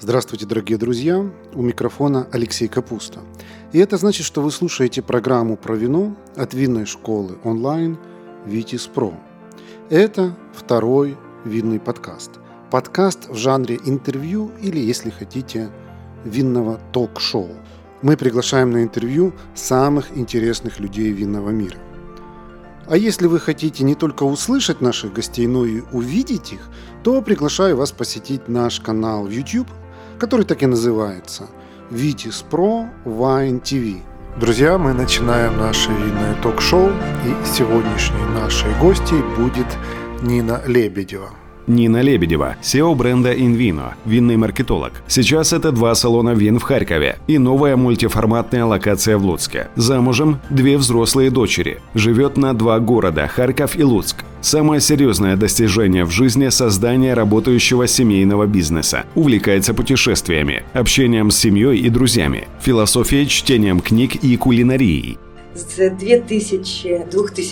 Здравствуйте, дорогие друзья! У микрофона Алексей Капуста. И это значит, что вы слушаете программу про вино от винной школы онлайн Vitis Pro. Это второй винный подкаст. Подкаст в жанре интервью или, если хотите, винного ток-шоу. Мы приглашаем на интервью самых интересных людей винного мира. А если вы хотите не только услышать наших гостей, но и увидеть их, то приглашаю вас посетить наш канал в YouTube, который так и называется Vitis Pro Wine TV. Друзья, мы начинаем наше винное ток-шоу, и сегодняшней нашей гостьей будет Нина Лебедева. Нина Лебедева, SEO бренда InVino, винный маркетолог. Сейчас это 2 салона вин в Харькове и новая мультиформатная локация в Луцке. Замужем, 2 взрослые дочери. Живет на 2 города – Харьков и Луцк. Самое серьезное достижение в жизни – создание работающего семейного бизнеса. Увлекается путешествиями, общением с семьей и друзьями, философией, чтением книг и кулинарией. С 2000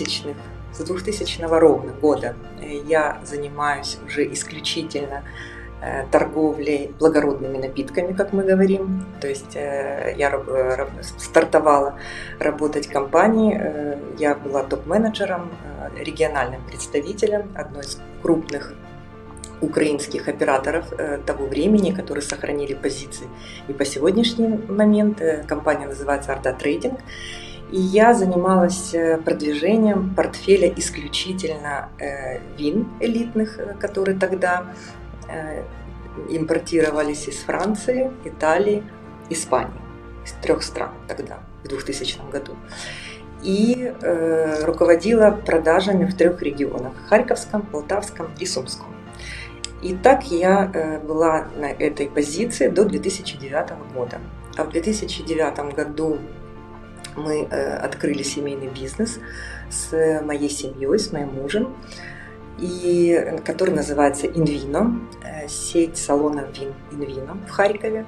ровно года я занимаюсь уже исключительно торговлей благородными напитками, как мы говорим. То есть я стартовала работать в компании, я была топ-менеджером, региональным представителем одной из крупных украинских операторов того времени, которые сохранили позиции и по сегодняшний момент. Компания называется Орда Трейдинг. И я занималась продвижением портфеля исключительно вин элитных, которые тогда импортировались из Франции, Италии, Испании, из 3 стран тогда, в 2000 году. И руководила продажами в 3 регионах – Харьковском, Полтавском и Сумском. И так я была на этой позиции до 2009 года. А в 2009 году мы открыли семейный бизнес с моей семьей, с моим мужем, который называется InVino, сеть салонов вин InVino в Харькове.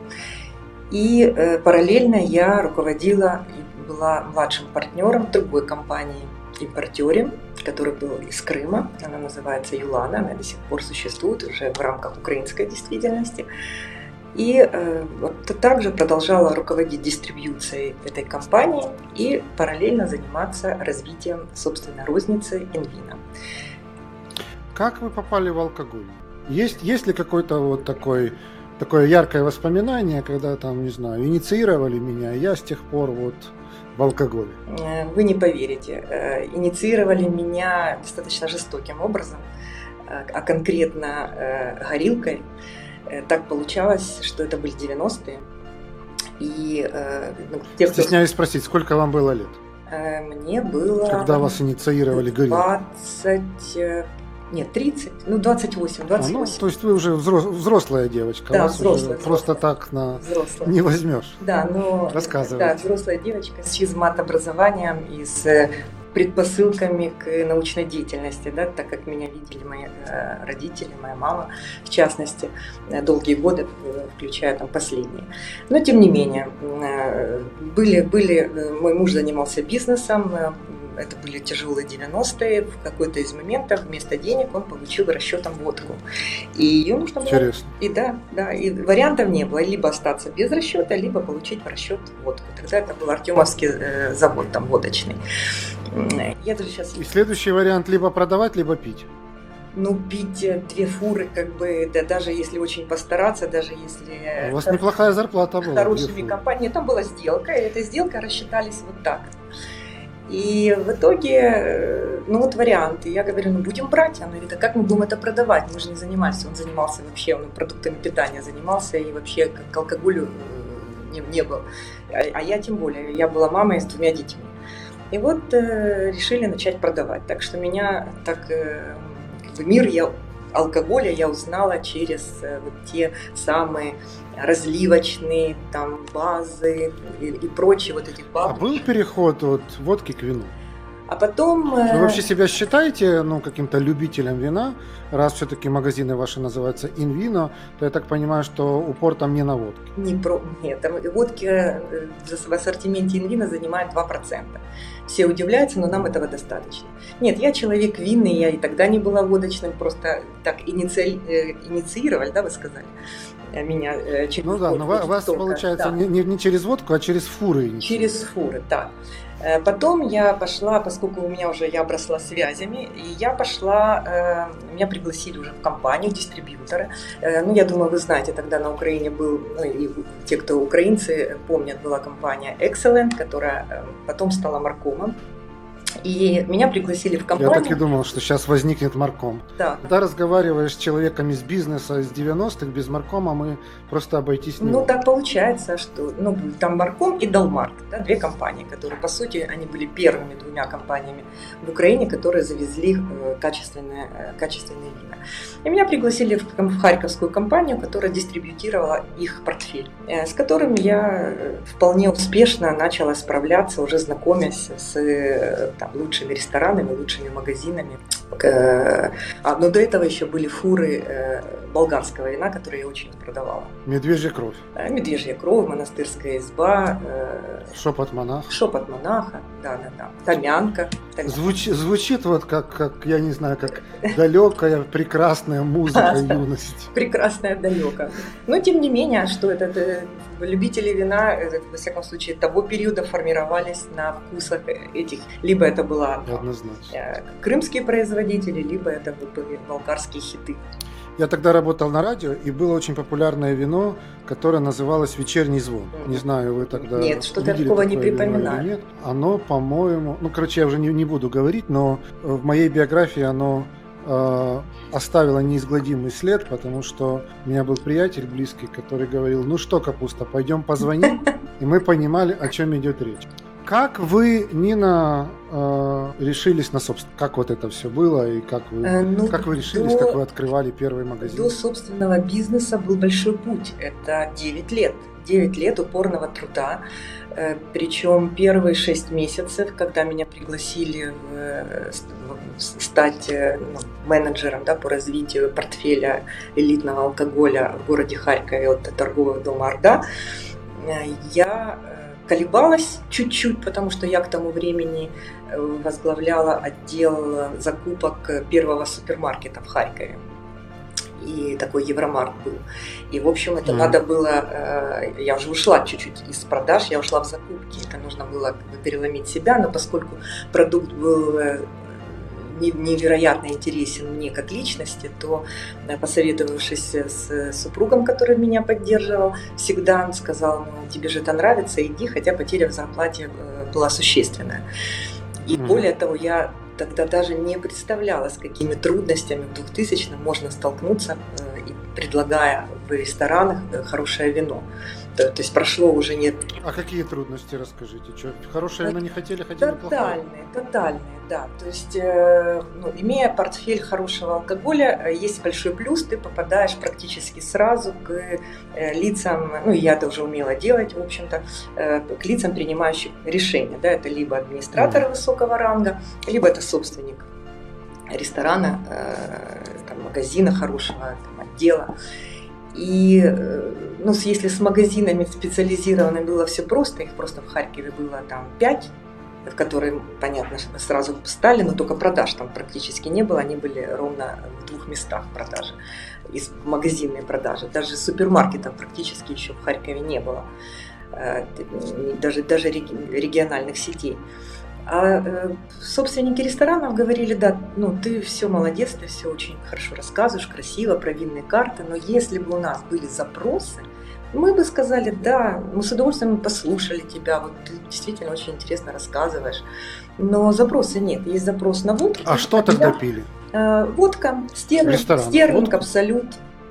И параллельно я руководила и была младшим партнером другой компании-импортере, который был из Крыма. Она называется Юлана, она до сих пор существует уже в рамках украинской действительности. И также продолжала руководить дистрибьюцией этой компании и параллельно заниматься развитием собственной розницы InVino. Как вы попали в алкоголь? Есть ли какое-то вот такое яркое воспоминание, когда там, не знаю, инициировали меня, я с тех пор вот в алкоголе? Вы не поверите, инициировали меня достаточно жестоким образом, а конкретно горилкой. Так получалось, что это были 90-е. И, стесняюсь спросить, сколько вам было лет? Мне было... Когда вас инициировали горилкой? 30, 28. То есть вы уже взрослая девочка, да, вас взрослая. Просто так не возьмешь. Да, но рассказывайте. Да, взрослая девочка с физмат-образованием и с предпосылками к научной деятельности, да, так как меня видели мои родители, моя мама, в частности, долгие годы, включая там последние. Но тем не менее, мой муж занимался бизнесом, это были тяжелые 90-е, в какой-то из моментов вместо денег он получил расчетом водку. И ее нужно было... Интересно. И вариантов не было, либо остаться без расчета, либо получить в расчет водку. Тогда это был Артемовский завод там водочный. Я даже сейчас... И следующий вариант либо продавать, либо пить. Пить 2 фуры, да, даже если очень постараться, даже если... У вас неплохая зарплата была. Хорошими компаниями. Там была сделка, и эта сделка рассчитались вот так. И в итоге, варианты. Я говорю, будем брать. Она говорит, а как мы будем это продавать? Мы же не занимались. Он занимался вообще, он продуктами питания занимался, и вообще к алкоголю не был. А я тем более, я была мамой с 2 детьми. И вот решили начать продавать. Так что меня мир алкоголя я узнала через те самые разливочные там базы и прочие вот эти бабы. А был переход от водки к вину? А потом... Вы вообще себя считаете, каким-то любителем вина? Раз все-таки магазины ваши называются InVino, то я так понимаю, что упор там не на водке. Нет, там водки в ассортименте InVino занимает 2%. Все удивляются, но нам этого достаточно. Нет, я человек винный, я и тогда не была водочным, просто так инициировали, да, вы сказали? Меня через водку. Но вас получается да. не через водку, а через фуры. Через фуры, да. Потом я пошла, поскольку я обросла связями, и я пошла, меня пригласили уже в компанию, дистрибьютора. Я думаю, вы знаете, тогда на Украине был, и те, кто украинцы помнят, была компания Excellent, которая потом стала Маркомом. И меня пригласили в компанию. Я так и думал, что сейчас возникнет Марком. Да. Когда разговариваешь с человеком из бизнеса из 90-х, без Маркома мы просто обойтись не можем. Так получается, что там Марком и Далмарт, да, две компании, которые, по сути, они были первыми двумя компаниями в Украине, которые завезли качественные вина. И меня пригласили в харьковскую компанию, которая дистрибьютировала их портфель, с которым я вполне успешно начала справляться, уже знакомясь с лучшими ресторанами, лучшими магазинами. Но до этого еще были фуры болгарского вина, которые я очень продавала. Медвежья кровь. Медвежья кровь, монастырская изба. Шепот монаха. Шепот монаха, да. Томянка. Звучит как, я не знаю, как далекая, прекрасная музыка юности. Прекрасная, далекая. Но тем не менее, что это любители вина, во всяком случае, того периода формировались на вкусах этих. Либо это была крымские производители, либо это были болгарские хиты. Я тогда работал на радио, и было очень популярное вино, которое называлось «Вечерний звон». Не знаю, вы тогда нет, что-то такого не припоминаю. Нет. Оно, по-моему, я уже не буду говорить, но в моей биографии оно оставило неизгладимый след, потому что у меня был приятель близкий, который говорил: ну что, Капуста, пойдем позвоним, и мы понимали, о чем идет речь. Как вы, Нина, решились на собственность? Как вот это все было и как вы решились, как вы открывали первый магазин? До собственного бизнеса был большой путь. Это 9 лет. 9 лет упорного труда. Причем первые 6 месяцев, когда меня пригласили стать менеджером, да, по развитию портфеля элитного алкоголя в городе Харькове от торгового дома «Орда», я колебалась чуть-чуть, потому что я к тому времени возглавляла отдел закупок первого супермаркета в Харькове. И такой Евромарк был. И, в общем, это надо было... Я уже ушла чуть-чуть из продаж, я ушла в закупки. Это нужно было переломить себя, но поскольку продукт был невероятно интересен мне как личности, то, посоветовавшись с супругом, который меня поддерживал, всегда он сказал: тебе же это нравится, иди, хотя потеря в зарплате была существенная. И более того, я тогда даже не представляла, с какими трудностями в 2000-м можно столкнуться, предлагая в ресторанах хорошее вино. То есть прошло уже нет... А какие трудности, расскажите? Что, хорошее вино не хотели плохое? Тотальные, да. То есть, имея портфель хорошего алкоголя, есть большой плюс, ты попадаешь практически сразу к лицам, я это уже умела делать, в общем-то, к лицам, принимающих решения. Да, это либо администратор высокого ранга, либо это собственник ресторана, магазина хорошего, отдела. И если с магазинами специализированными было все просто, их просто в Харькове было 5, в которые, понятно, сразу стали, но только продаж там практически не было, они были ровно в 2 местах продажи, из магазинной продажи. Даже супермаркетов практически еще в Харькове не было, даже региональных сетей. А собственники ресторанов говорили: да, ты все молодец, ты все очень хорошо рассказываешь, красиво, про винные карты, но если бы у нас были запросы, мы бы сказали: да, мы с удовольствием послушали тебя, вот ты действительно очень интересно рассказываешь, но запроса нет, есть запрос на водку. А что тогда пили? Водка, Стерлинг, Абсолют.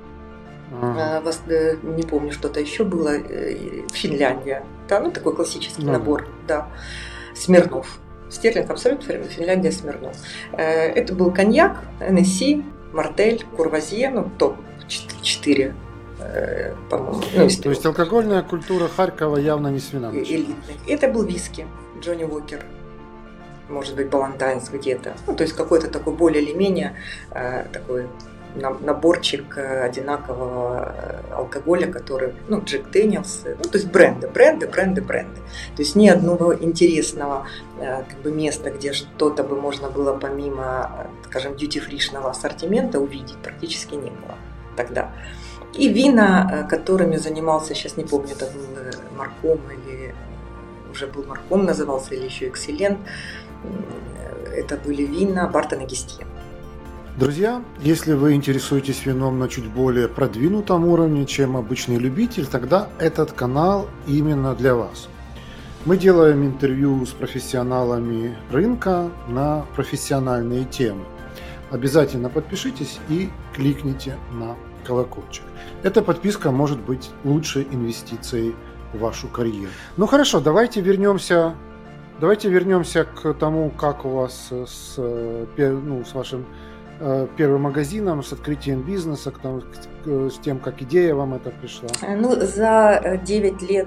Не помню, что-то еще было, Финляндия, такой классический набор, да. Смирнов. Стерлинг, Абсолют, Финляндия, Смирнов. Это был коньяк, Энесси, Мартель, Курвазье, топ-4, по-моему. То есть алкогольная культура Харькова явно не с винами. Элитных. Это был виски, Джонни Уокер. может быть, Балантайнс где-то. Ну, то есть какой-то такой более или менее такой наборчик одинакового алкоголя, который, Джек Дэниелс, то есть бренды. То есть ни одного интересного места, где что-то бы можно было помимо, скажем, дьюти-фришного ассортимента увидеть, практически не было тогда. И вина, которыми занимался, сейчас не помню, это был Марком или уже был Марком назывался, или еще Экселент, это были вина Бартон и Гестье. Друзья, если вы интересуетесь вином на чуть более продвинутом уровне, чем обычный любитель, тогда этот канал именно для вас. Мы делаем интервью с профессионалами рынка на профессиональные темы. Обязательно подпишитесь и кликните на колокольчик. Эта подписка может быть лучшей инвестицией в вашу карьеру. Ну хорошо, давайте вернемся к тому, как у вас с вашим первым магазином, с открытием бизнеса, с тем, как идея вам это пришла. За 9 лет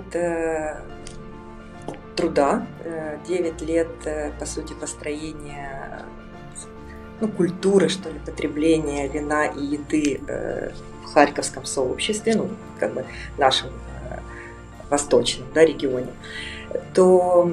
труда, 9 лет, по сути, построения культуры, что ли, потребления вина и еды в харьковском сообществе, нашем восточном регионе, то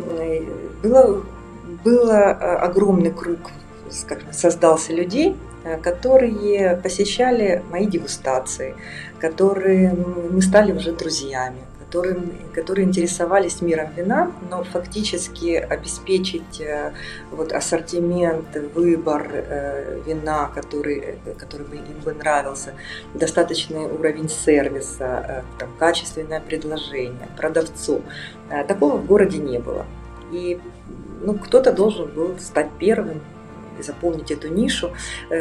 был огромный круг, создался людей, которые посещали мои дегустации, мы стали уже друзьями, которые интересовались миром вина, но фактически обеспечить ассортимент, выбор вина, который им бы нравился, достаточный уровень сервиса, качественное предложение, продавцов. Такого в городе не было. И кто-то должен был стать первым и заполнить эту нишу.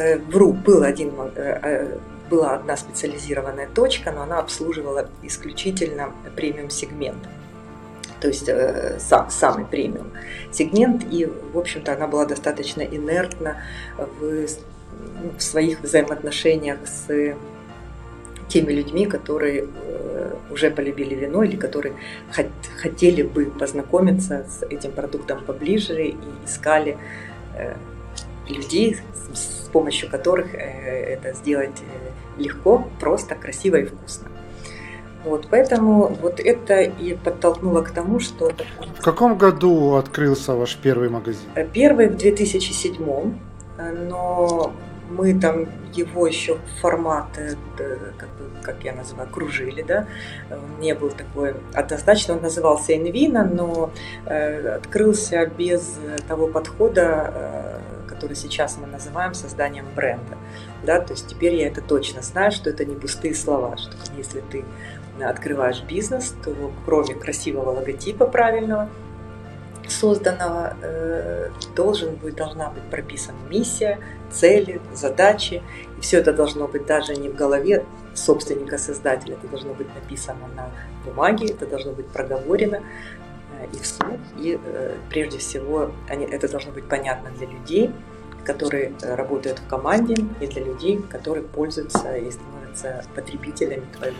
Была одна специализированная точка, но она обслуживала исключительно премиум-сегмент, то есть самый премиум-сегмент, и, в общем-то, она была достаточно инертна в своих взаимоотношениях с теми людьми, которые уже полюбили вино или которые хотели бы познакомиться с этим продуктом поближе и искали людей, с помощью которых это сделать легко, просто, красиво и вкусно. Поэтому это и подтолкнуло к тому, что... В каком году открылся ваш первый магазин? Первый в 2007, но мы там его еще формат, как я называю, кружили, да, он не был такой однозначно, он назывался Инвино, но открылся без того подхода, который сейчас мы называем созданием бренда, да, то есть теперь я это точно знаю, что это не пустые слова, что если ты открываешь бизнес, то кроме красивого логотипа правильного, созданного, должна быть прописана миссия, цели, задачи, и все это должно быть даже не в голове собственника-создателя, это должно быть написано на бумаге, это должно быть проговорено и вслух, и прежде всего это должно быть понятно для людей, которые работают в команде, и для людей, которые пользуются и становятся потребителями твоего.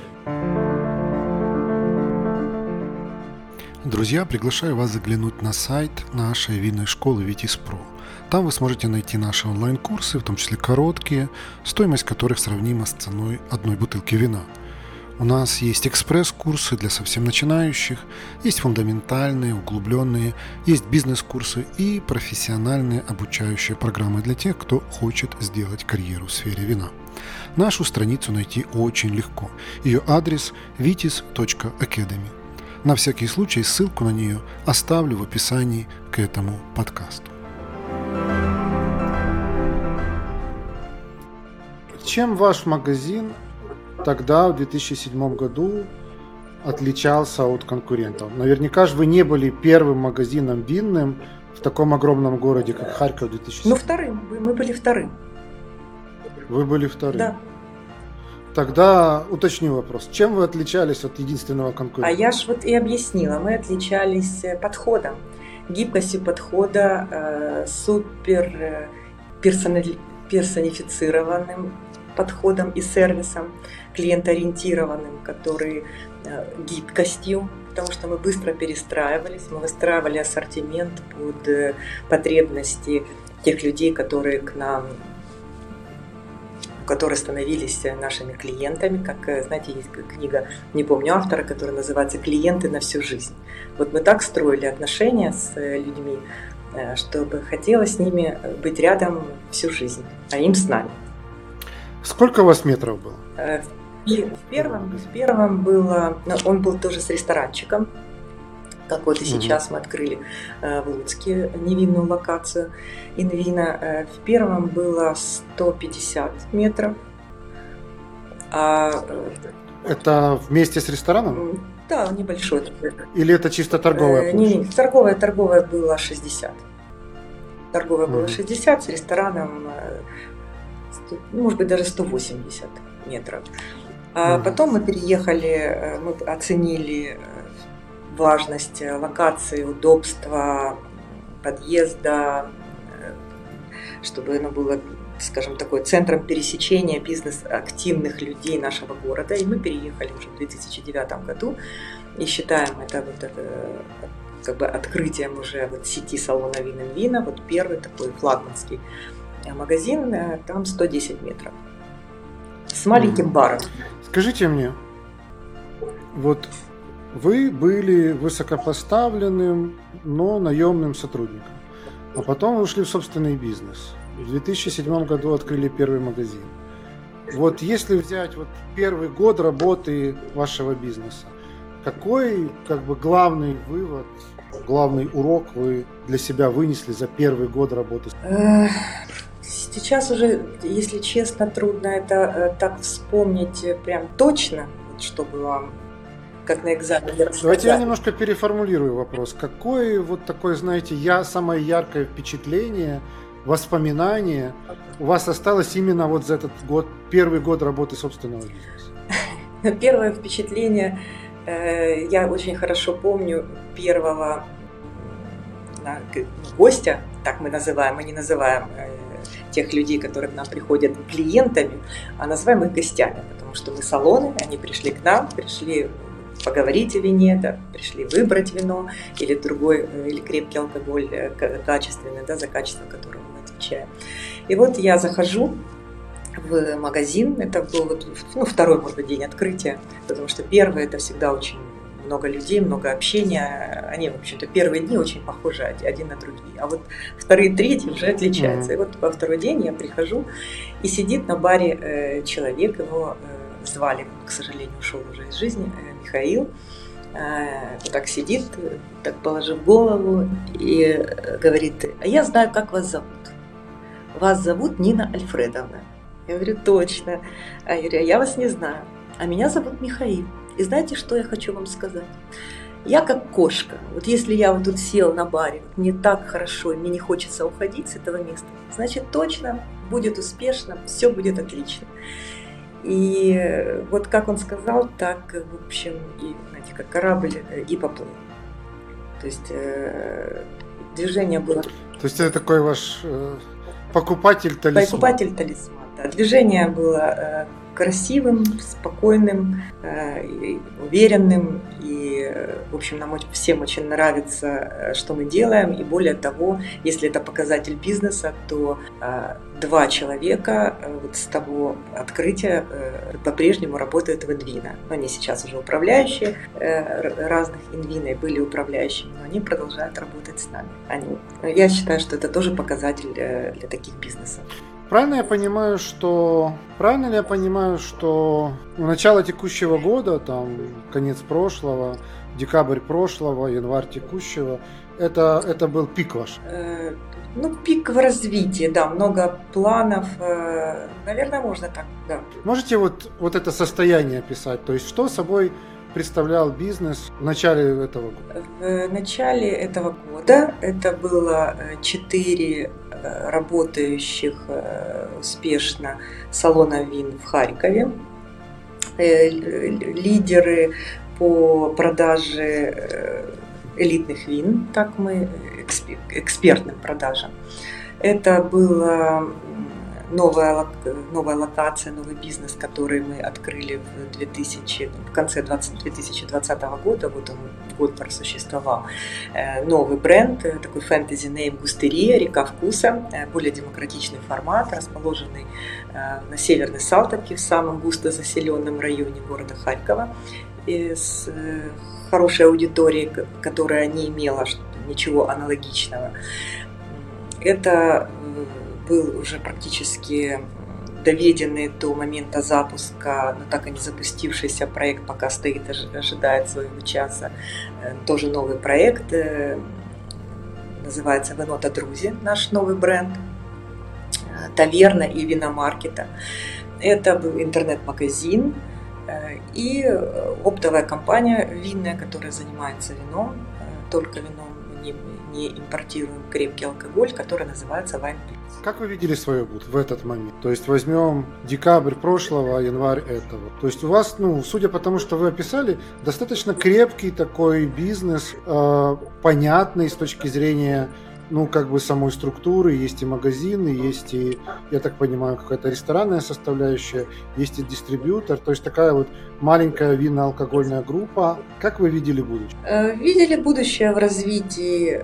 Друзья, приглашаю вас заглянуть на сайт нашей винной школы Vitis Pro. Там вы сможете найти наши онлайн-курсы, в том числе короткие, стоимость которых сравнима с ценой одной бутылки вина. У нас есть экспресс-курсы для совсем начинающих, есть фундаментальные, углубленные, есть бизнес-курсы и профессиональные обучающие программы для тех, кто хочет сделать карьеру в сфере вина. Нашу страницу найти очень легко. Ее адрес vitis.academy. На всякий случай ссылку на нее оставлю в описании к этому подкасту. Чем ваш магазин тогда, в 2007 году, отличался от конкурентов? Наверняка же вы не были первым магазином винным в таком огромном городе, как Харьков в 2007. Вторым. Мы были вторым. Вы были вторым? Да. Тогда уточню вопрос. Чем вы отличались от единственного конкурента? А я ж и объяснила. Мы отличались подходом, гибкостью подхода, супер персонифицированным подходом и сервисом клиентоориентированным, который гибкостью, потому что мы быстро перестраивались, мы выстраивали ассортимент под потребности тех людей, которые к нам, которые становились нашими клиентами. Как, знаете, есть книга, не помню автора, которая называется «Клиенты на всю жизнь». Вот мы так строили отношения с людьми, чтобы хотелось с ними быть рядом всю жизнь, а им с нами. Сколько у вас метров было? В первом было, он был тоже с ресторанчиком, как вот и сейчас мы открыли в Луцке невинную локацию Инвина. В первом было 150 метров. Это вместе с рестораном? Да, небольшой. Или это чисто торговая площадь? Не, торговая было 60. Торговая была 60, с рестораном, может быть, даже 180 метров. А потом мы переехали, мы оценили важность локации, удобства подъезда, чтобы оно было, скажем, такой центром пересечения бизнес-активных людей нашего города. И мы переехали уже в 2009 году и считаем это как бы открытием уже вот сети салона Вин Инвина. Вот первый такой флагманский магазин, там 110 метров с маленьким баром. Скажите мне, вот вы были высокопоставленным, но наемным сотрудником, а потом ушли в собственный бизнес. В 2007 году открыли первый магазин. Вот если взять вот первый год работы вашего бизнеса, какой как бы главный вывод, главный урок вы для себя вынесли за первый год работы? Сейчас уже, если честно, трудно это так вспомнить прям точно, чтобы вам как на экзамене рассказать. Давайте я немножко переформулирую вопрос. Какое вот такое, знаете, самое яркое впечатление, воспоминание у вас осталось именно вот за этот год, первый год работы собственного бизнеса? Первое впечатление, я очень хорошо помню первого гостя, так мы называем, мы не называем тех людей, которые к нам приходят клиентами, а называем их гостями, потому что мы салоны, они пришли к нам, пришли поговорить о вине, да, пришли выбрать вино или другой, или крепкий алкоголь качественный, да, за качество которого мы отвечаем. И вот я захожу в магазин, это был вот, второй, может быть, день открытия, потому что первый это всегда очень много людей, много общения, они, в общем-то, первые дни очень похожи один на другие, а вот вторые, третьи уже отличаются. И вот во второй день я прихожу, и сидит на баре человек, его звали, к сожалению, ушел уже из жизни, Михаил, так сидит, так положив голову и говорит: а я знаю, как вас зовут. Вас зовут Нина Альфредовна. Я говорю: точно. А я говорю: а я вас не знаю. А меня зовут Михаил. И знаете, что я хочу вам сказать? Я как кошка. Вот если я вот тут села на баре, мне так хорошо, и мне не хочется уходить с этого места, значит, точно будет успешно, все будет отлично. И вот как он сказал, так, в общем, и, знаете, как корабль и поплыл. То есть движение было... То есть это такой ваш покупатель-талисман. Покупатель-талисман, да. Движение было красивым, спокойным, уверенным. И, в общем, нам всем очень нравится, что мы делаем. И более того, если это показатель бизнеса, то 2 человека вот с того открытия по-прежнему работают в Инвина. Они сейчас уже управляющие разных Инвина, были управляющими, но они продолжают работать с нами. Я считаю, что это тоже показатель для таких бизнесов. Правильно ли я понимаю, что начало текущего года, там конец прошлого, декабрь прошлого, январь текущего, это был пик ваш? Пик в развитии, да, много планов, наверное, можно так, да. Можете вот это состояние описать, то есть что собой представлял бизнес в начале этого года? В начале этого года это было 4 работающих успешно салона вин в Харькове, лидеры по продаже элитных вин, так мы экспертным продажам. Это было новая локация, новый бизнес, который мы открыли в конце 2020 года, вот он год просуществовал. Новый бренд, такой фэнтези-нейм «Густерия», «Река вкуса», более демократичный формат, расположенный на Северной Салтовке, в самом густо заселенном районе города Харькова, с хорошей аудиторией, которая не имела ничего аналогичного. Это был уже практически доведенный до момента запуска, но так и не запустившийся проект, пока стоит, ожидает своего часа. Тоже новый проект, называется «Вино Друзі», наш новый бренд, таверна и виномаркета. Это был интернет-магазин и оптовая компания винная, которая занимается вином, только вином, не импортируем крепкий алкоголь, который называется Wine Plus. Как вы видели свое в этот момент? То есть возьмем декабрь прошлого, январь этого. То есть у вас, судя по тому, что вы описали, достаточно крепкий такой бизнес, понятный с точки зрения самой структуры. Есть и магазины, есть и, я так понимаю, какая-то ресторанная составляющая, есть и дистрибьютор. То есть такая вот маленькая винно-алкогольная группа. Как вы видели будущее? Видели будущее в развитии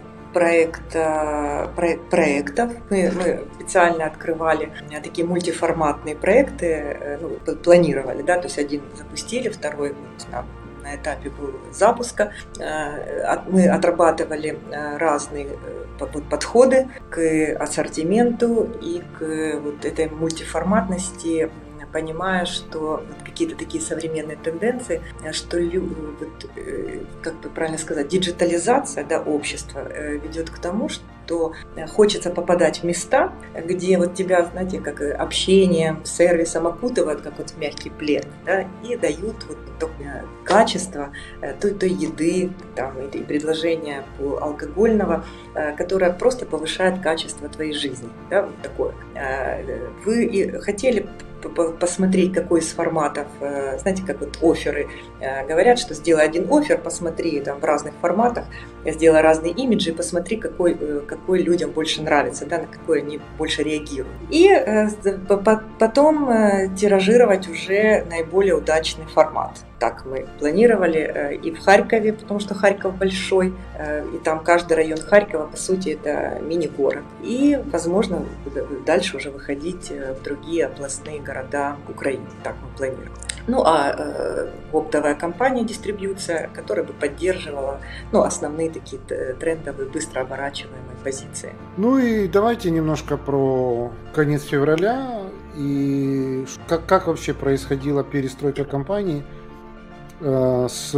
проектов. Мы специально открывали такие мультиформатные проекты, планировали, да, то есть один запустили, второй на этапе был запуска. Мы отрабатывали разные подходы к ассортименту и к этой мультиформатности, понимая, что какие-то такие современные тенденции, что, как бы правильно сказать, диджитализация, да, общества ведет к тому, что хочется попадать в места, где тебя, знаете, как общением, сервисом окутывают, как в мягкий плед, да, и дают то качество той еды, и предложения алкогольного, которое просто повышает качество твоей жизни, да, такое. Вы хотели посмотреть, какой из форматов, знаете, как офферы говорят, что сделай один оффер, посмотри в разных форматах, сделай разные имиджи, посмотри, какой людям больше нравится, да, на какой они больше реагируют. И потом тиражировать уже наиболее удачный формат. Так мы планировали и в Харькове, потому что Харьков большой, и там каждый район Харькова, по сути, это мини-город. И, возможно, дальше уже выходить в другие областные города Украины. Так мы планируем. Оптовая компания, дистрибьюция, которая бы поддерживала основные такие трендовые, быстро оборачиваемые позиции. И давайте немножко про конец февраля и как вообще происходила перестройка компании с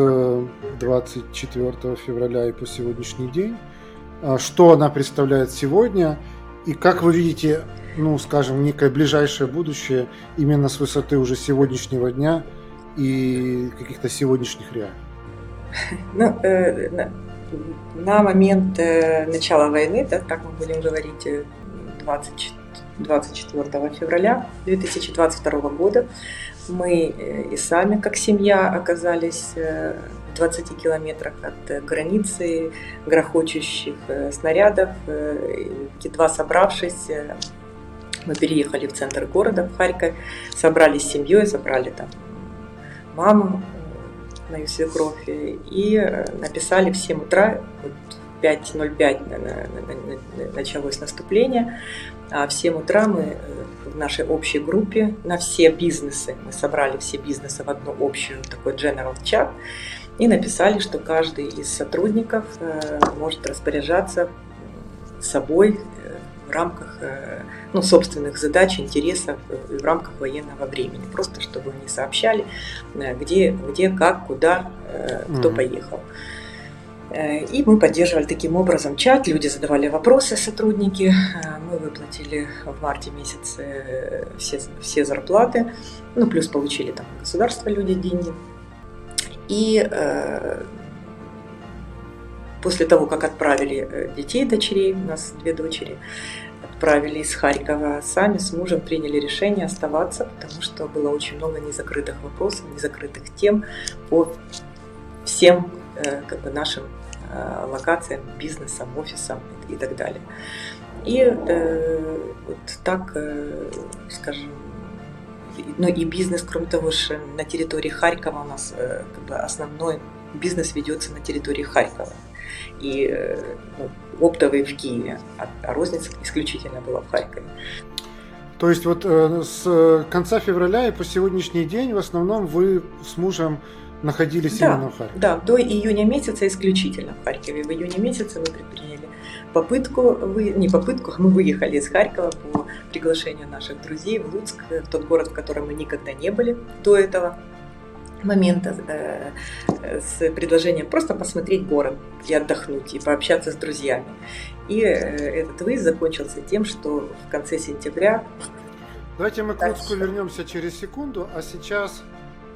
24 февраля и по сегодняшний день, что она представляет сегодня и как вы видите, некое ближайшее будущее именно с высоты уже сегодняшнего дня и каких-то сегодняшних реалий. На момент начала войны, да, так мы будем говорить, 24 февраля 2022 года, мы и сами, как семья, оказались в 20 километрах от границы грохочущих снарядов. Едва собравшись, мы переехали в центр города, в Харьков, собрались с семьей, забрали там маму, мою свекровь, и написали в 7 утра, в 5:05 началось наступление, а в 7 утра мы в нашей общей группе на все бизнесы, мы собрали все бизнесы в одну общую такой general чат и написали, что каждый из сотрудников может распоряжаться собой в рамках собственных задач, интересов и в рамках военного времени. Просто чтобы они сообщали, где как, куда, кто поехал. И мы поддерживали таким образом чат, люди задавали вопросы, сотрудники. Мы выплатили в марте месяце все зарплаты, плюс получили там государство люди деньги. И после того, как отправили детей, дочерей, у нас 2 дочери, отправили из Харькова, сами с мужем приняли решение оставаться, потому что было очень много незакрытых вопросов, незакрытых тем по всем нашим локациям, бизнесам, офисам и так далее. И вот так, скажем, ну и бизнес, кроме того, что на территории Харькова у нас как бы основной бизнес ведется на территории Харькова. И оптовый в Киеве, а розница исключительно была в Харькове. То есть вот с конца февраля и по сегодняшний день в основном вы с мужем находились именно в Харькове? Да, до июня месяца исключительно в Харькове. В июне месяце мы предприняли мы выехали из Харькова по приглашению наших друзей в Луцк, в тот город, в котором мы никогда не были до этого момента, с предложением просто посмотреть город и отдохнуть, и пообщаться с друзьями. И этот выезд закончился тем, что в конце сентября... Давайте мы к Луцку вернемся через секунду, а сейчас...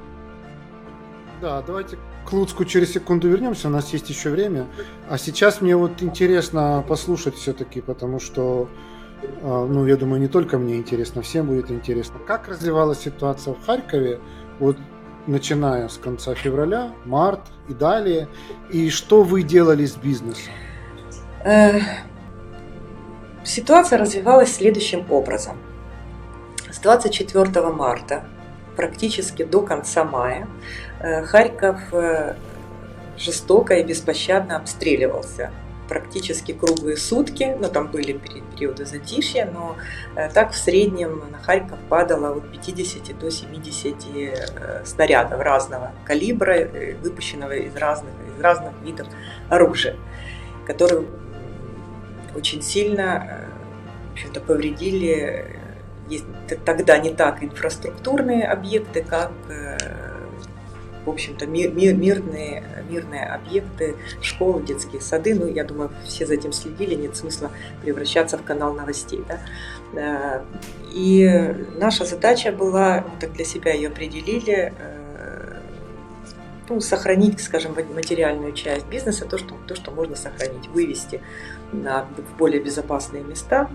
Да, давайте к Луцку через секунду вернемся, у нас есть еще время. А сейчас мне вот интересно послушать все-таки, потому что, я думаю, не только мне интересно, всем будет интересно. Как развивалась ситуация в Харькове, вот начиная с конца февраля, март и далее, и что вы делали с бизнесом? Ситуация развивалась следующим образом. С 24 марта практически до конца мая Харьков жестоко и беспощадно обстреливался. Практически круглые сутки, там были периоды затишья, но так в среднем на Харьков падало от 50 до 70 снарядов разного калибра, выпущенного из разных видов оружия, которые очень сильно, в общем-то, повредили тогда не так инфраструктурные объекты, как, в общем-то, мирные объекты, школы, детские сады. Я думаю, все за этим следили, нет смысла превращаться в канал новостей. Да? И наша задача была, мы так для себя ее определили, сохранить, скажем, материальную часть бизнеса, то, что можно сохранить, вывести в более безопасные места.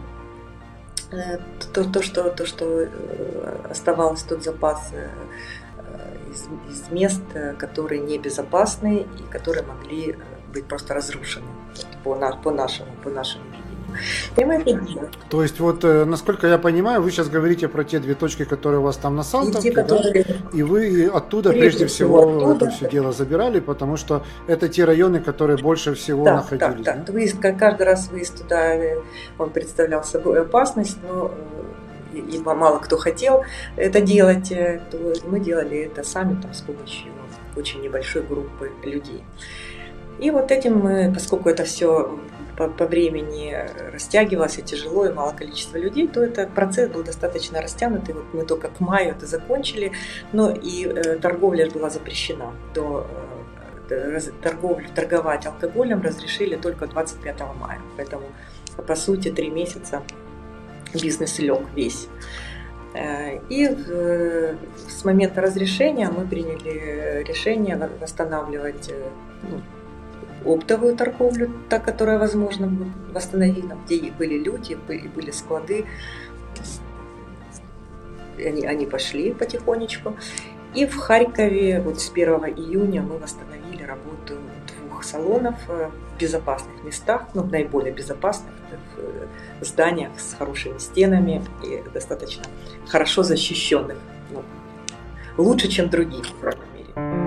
То, что оставалось, тот запас из мест, которые небезопасны и которые могли быть просто разрушены по нашему видению. И мы это делаем. То есть вот, насколько я понимаю, вы сейчас говорите про те 2 точки, которые у вас там на Салтовке, и вы оттуда прежде всего это все дело забирали, потому что это те районы, которые больше всего находились. Да. Каждый раз выезд туда, он представлял собой опасность, но и мало кто хотел это делать, то мы делали это сами с помощью очень небольшой группы людей. И вот этим, поскольку это все по времени растягивалось и тяжело, и мало количество людей, то этот процесс был достаточно растянутый. Вот мы только к маю это закончили, но и торговля была запрещена. Торговать алкоголем разрешили только 25 мая. Поэтому, по сути, 3 месяца бизнес лег весь. И с момента разрешения мы приняли решение восстанавливать оптовую торговлю, та, которая возможно восстановить, где были люди, были склады. Они пошли потихонечку. И в Харькове с 1 июня мы восстановили работу 2 салонов в безопасных местах, в наиболее безопасных, в зданиях с хорошими стенами и достаточно хорошо защищенных. Лучше, чем другие, по крайней мере.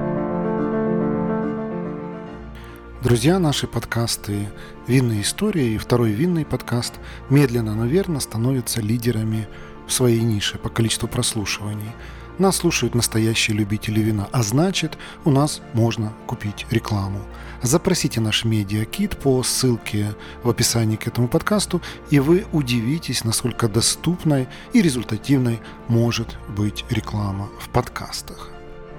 Друзья, наши подкасты «Винные истории» и второй винный подкаст медленно, но верно становятся лидерами в своей нише по количеству прослушиваний. Нас слушают настоящие любители вина, а значит, у нас можно купить рекламу. Запросите наш медиакит по ссылке в описании к этому подкасту, и вы удивитесь, насколько доступной и результативной может быть реклама в подкастах.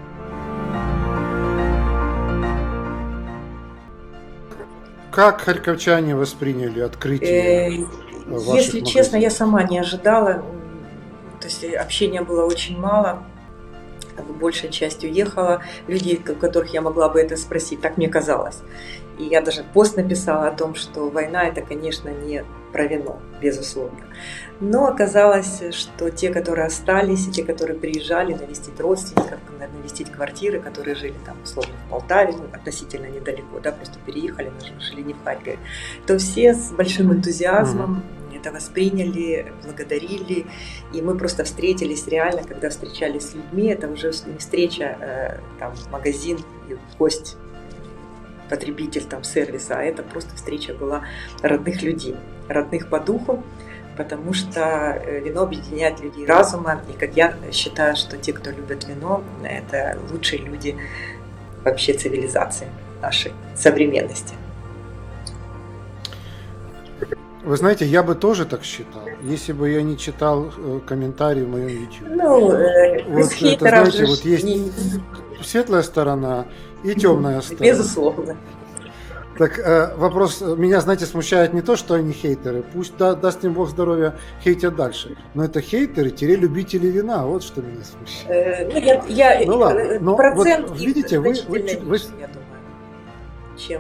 Как харьковчане восприняли открытие ваших магазинов? Если честно, я сама не ожидала. То есть общения было очень мало. Большая часть уехала. Людей, у которых я могла бы это спросить, так мне казалось. И я даже пост написала о том, что война – это, конечно, не про вино, безусловно. Но оказалось, что те, которые остались, и те, которые приезжали навестить родственников, навестить квартиры, которые жили там, условно, в Полтаве, относительно недалеко, да, просто переехали, жили не в Харькове, то все с большим энтузиазмом это восприняли, благодарили, и мы просто встретились реально, когда встречались с людьми, это уже не встреча, там, магазин, гость, потребитель там сервиса, а это просто встреча была родных людей, родных по духу, потому что вино объединяет людей разума, и как я считаю, что те, кто любят вино, это лучшие люди вообще цивилизации нашей, современности. Вы знаете, я бы тоже так считал, если бы я не читал комментарии в моем YouTube. Ну, вот это, знаете, вот есть светлая сторона и темная сторона. Безусловно. Так, вопрос, меня, знаете, смущает не то, что они хейтеры, пусть даст им Бог здоровья, хейтят дальше, но это хейтеры-любители вина, вот что меня смущает. Ну ладно, но процент вот, видите, вы, я думаю, чем...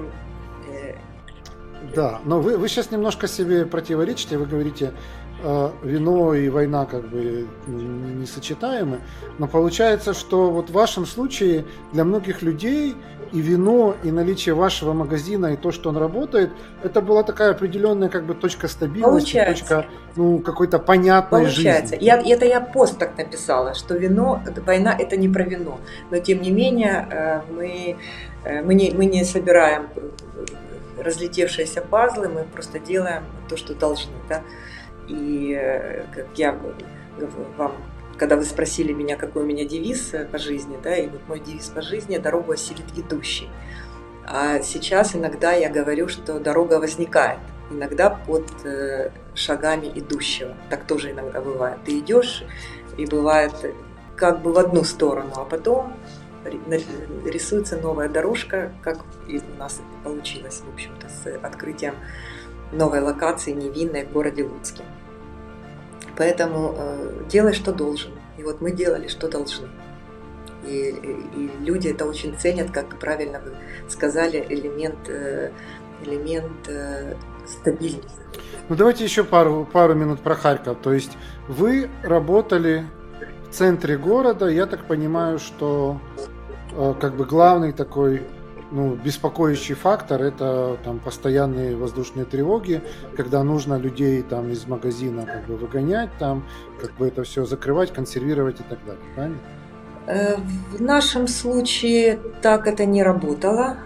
Да, но вы сейчас немножко себе противоречите, вы говорите, вино и война как бы несочетаемы, но получается, что вот в вашем случае для многих людей и вино, и наличие вашего магазина, и то, что он работает, это была такая определенная как бы точка стабильности, точка какой-то понятной жизни. Я пост так написала, что вино, война это не про вино, но тем не менее мы не собираем разлетевшиеся пазлы, мы просто делаем то, что должны, да. И как я вам, когда вы спросили меня, какой у меня девиз по жизни, да, и вот мой девиз по жизни – дорогу осилит идущий. А сейчас иногда я говорю, что дорога возникает, иногда под шагами идущего. Так тоже иногда бывает. Ты идешь, и бывает как бы в одну сторону, а потом рисуется новая дорожка, как и у нас получилось, в общем-то, с открытием новой локации невинной в городе Луцке. Поэтому делай, что должен. И вот мы делали, что должны. И люди это очень ценят, как правильно вы сказали, элемент стабильности. Ну давайте еще пару минут про Харьков. То есть вы работали в центре города, я так понимаю, что как бы главный такой беспокоящий фактор – это там постоянные воздушные тревоги, когда нужно людей там из магазина как бы выгонять, там как бы это все закрывать, консервировать и так далее, правильно? В нашем случае так это не работало.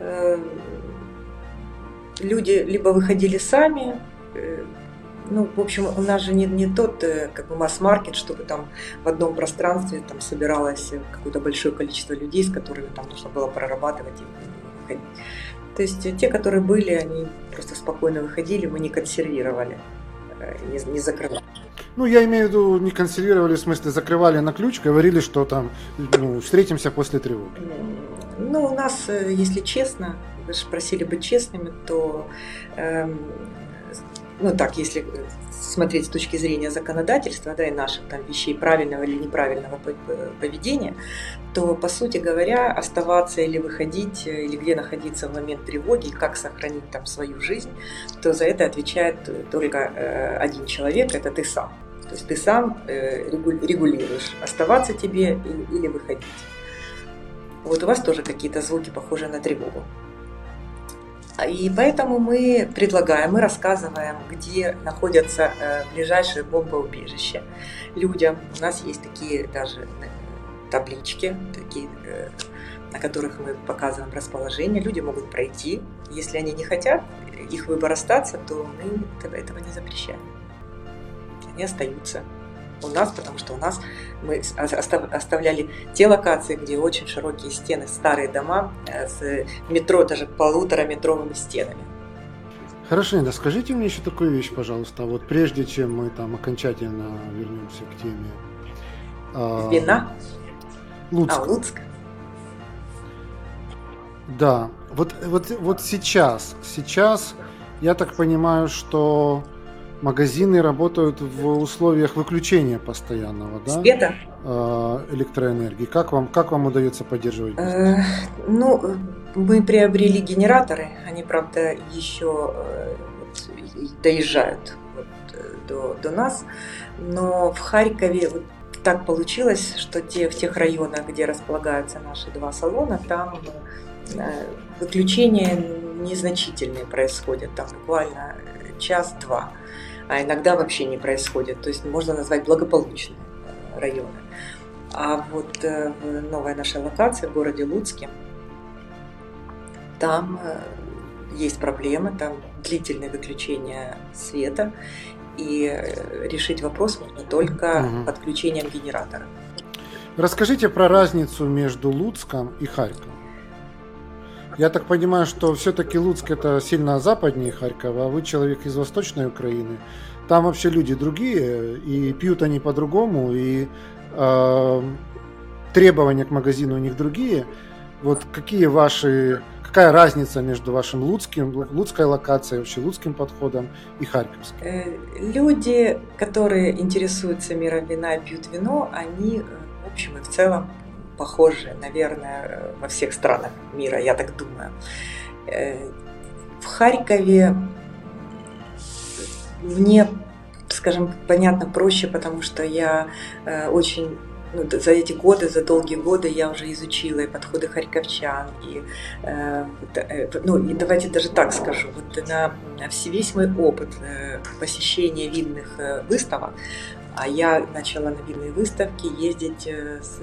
Люди либо выходили сами, в общем, у нас же не тот как бы масс-маркет, чтобы там в одном пространстве там собиралось какое-то большое количество людей, с которыми там нужно было прорабатывать и выходить. То есть те, которые были, они просто спокойно выходили, мы не консервировали, не закрывали. Я имею в виду, не консервировали, в смысле закрывали на ключ, говорили, что там встретимся после тревоги. У нас, если честно, вы же просили быть честными, то если смотреть с точки зрения законодательства, да, и наших там вещей правильного или неправильного поведения, то, по сути говоря, оставаться или выходить, или где находиться в момент тревоги, и как сохранить там свою жизнь, то за это отвечает только один человек, это ты сам. То есть ты сам регулируешь, оставаться тебе или выходить. Вот у вас тоже какие-то звуки похожи на тревогу. И поэтому мы предлагаем, мы рассказываем, где находятся ближайшие бомбоубежища людям. У нас есть такие даже таблички, на которых мы показываем расположение. Люди могут пройти. Если они не хотят, их выбор остаться, то мы этого не запрещаем. Они остаются у нас, потому что у нас мы оставляли те локации, где очень широкие стены, старые дома с метро, даже 1,5-метровыми стенами. Хорошо, Неда, скажите мне еще такую вещь, пожалуйста, вот прежде чем мы там окончательно вернемся к теме вина? Луцк. Луцк. Да, вот сейчас я так понимаю, что магазины работают в условиях выключения постоянного, да? Света? Электроэнергии. Как вам удается поддерживать бизнес? Мы приобрели генераторы. Они, правда, еще доезжают до нас. Но в Харькове вот так получилось, что в тех районах, где располагаются наши 2 салона, там выключения незначительные происходят, там буквально час-два, а иногда вообще не происходит. То есть можно назвать благополучные районы. А вот в новой нашей локации в городе Луцке там есть проблемы, там длительное выключение света, и решить вопрос можно только подключением генератора. Расскажите про разницу между Луцком и Харьковом. Я так понимаю, что все-таки Луцк это сильно западнее Харькова, а вы человек из Восточной Украины. Там вообще люди другие, и пьют они по-другому, и требования к магазину у них другие. Вот какая разница между вашим луцкой локацией, вообще луцким подходом и харьковским? Люди, которые интересуются миром вина и пьют вино, они в общем и в целом похожи, наверное, во всех странах мира, я так думаю. В Харькове мне, скажем, понятно проще, потому что я очень за эти годы, за долгие годы я уже изучила и подходы харьковчан, и давайте даже так скажу, вот на весь мой опыт посещения винных выставок, а я начала на винные выставки ездить с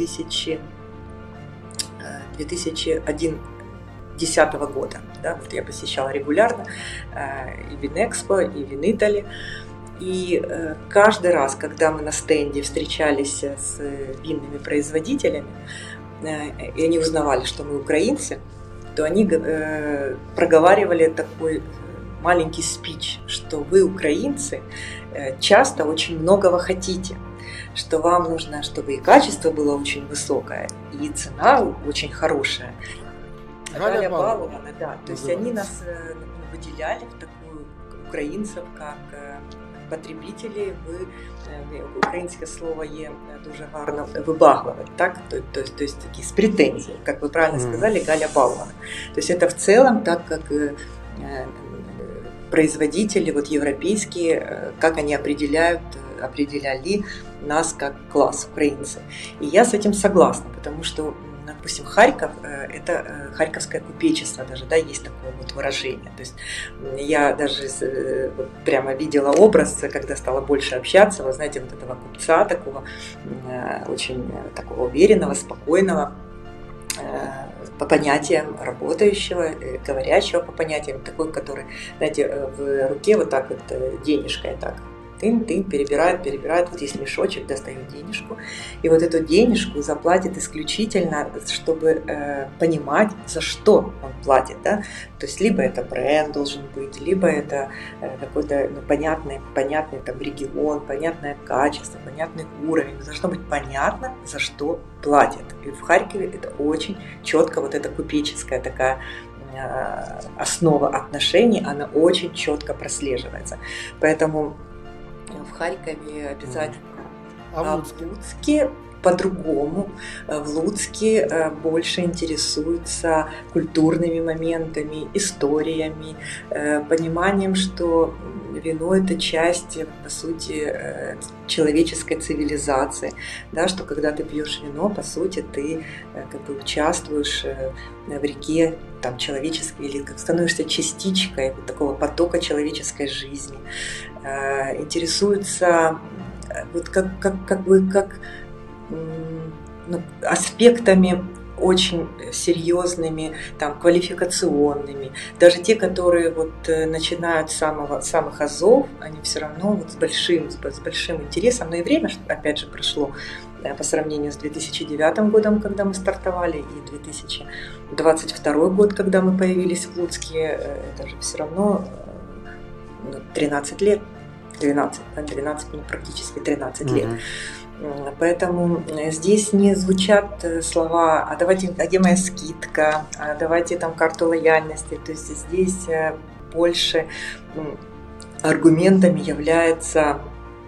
2010 года. Да? Вот я посещала регулярно и Винэкспо, и Винитали. И каждый раз, когда мы на стенде встречались с винными производителями, и они узнавали, что мы украинцы, то они проговаривали такой маленький спич, что вы, украинцы, часто очень многого хотите, что вам нужно, чтобы и качество было очень высокое, и цена очень хорошая. Галя Балована, да. То есть они нас выделяли в такую українців, як потребителі, українське слово є дуже гарно вибагливе, так? То есть такие с претензией, как вы правильно сказали, Галя Балована. То есть это в целом так, как производители вот европейские, как они определяли нас как класс украинцы. И я с этим согласна, потому что, допустим, Харьков – это харьковское купечество даже, да, есть такое вот выражение. То есть я даже вот прямо видела образ, когда стала больше общаться, вы знаете, вот этого купца такого, очень такого уверенного, спокойного, по понятиям работающего, говорящего по понятиям, такой, который, знаете, в руке вот так вот денежкой так тын-тын, перебирает, вот есть мешочек, достает денежку, и вот эту денежку заплатит исключительно, чтобы понимать, за что он платит, да, то есть либо это бренд должен быть, либо это какой-то понятный там регион, понятное качество, понятный уровень, должно быть понятно, за что платит. И в Харькове это очень четко, вот эта купеческая такая основа отношений, она очень четко прослеживается. Поэтому в Харькове обязательно. А в Луцке по-другому. В Луцке больше интересуются культурными моментами, историями, пониманием, что вино – это часть, по сути, человеческой цивилизации, да, что когда ты пьешь вино, по сути, ты как бы участвуешь в реке там, человеческой, или как становишься частичкой вот такого потока человеческой жизни. Интересуются вот как аспектами очень серьезными, там, квалификационными. Даже те, которые вот начинают с самых азов, они все равно вот с большим интересом. Но и время, опять же, прошло по сравнению с 2009 годом, когда мы стартовали, и 2022 год, когда мы появились в Луцке, это же все равно 13 лет, 12, практически 13 лет. Поэтому здесь не звучат слова, а где моя скидка, а давайте там карту лояльности. То есть здесь больше аргументами является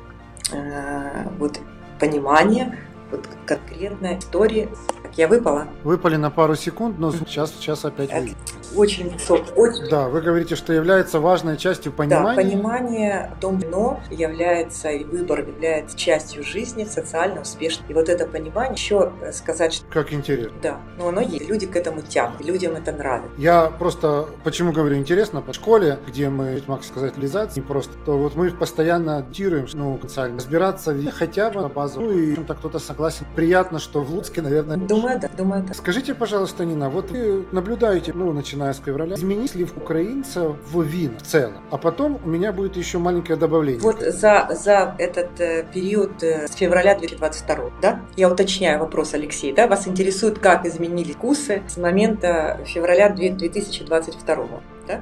вот понимание вот конкретной истории. Как я выпала? Выпали на пару секунд, но сейчас опять выйдет. очень высокий. Очень... Да, вы говорите, что является важной частью понимания. Да, понимание о том, вино является, и выбор является частью жизни, социально успешной. И вот это понимание, еще сказать, что... Как интересно. Да, но оно есть. Люди к этому тянут, людям это нравится. Я просто, почему говорю интересно, по школе, где мы, могу сказать, реализация, не просто, то вот мы постоянно тируем, специально разбираться хотя бы на базу. И кто-то согласен. Приятно, что в Луцке, наверное... Думаю, да. Скажите, пожалуйста, Нина, вот вы наблюдаете, начиная с февраля, изменились ли украинцев в вин в целом? А потом у меня будет еще маленькое добавление. Вот за этот период с февраля 2022, да? Я уточняю вопрос, Алексей, да? Вас интересует, как изменились вкусы с момента февраля 2022, да?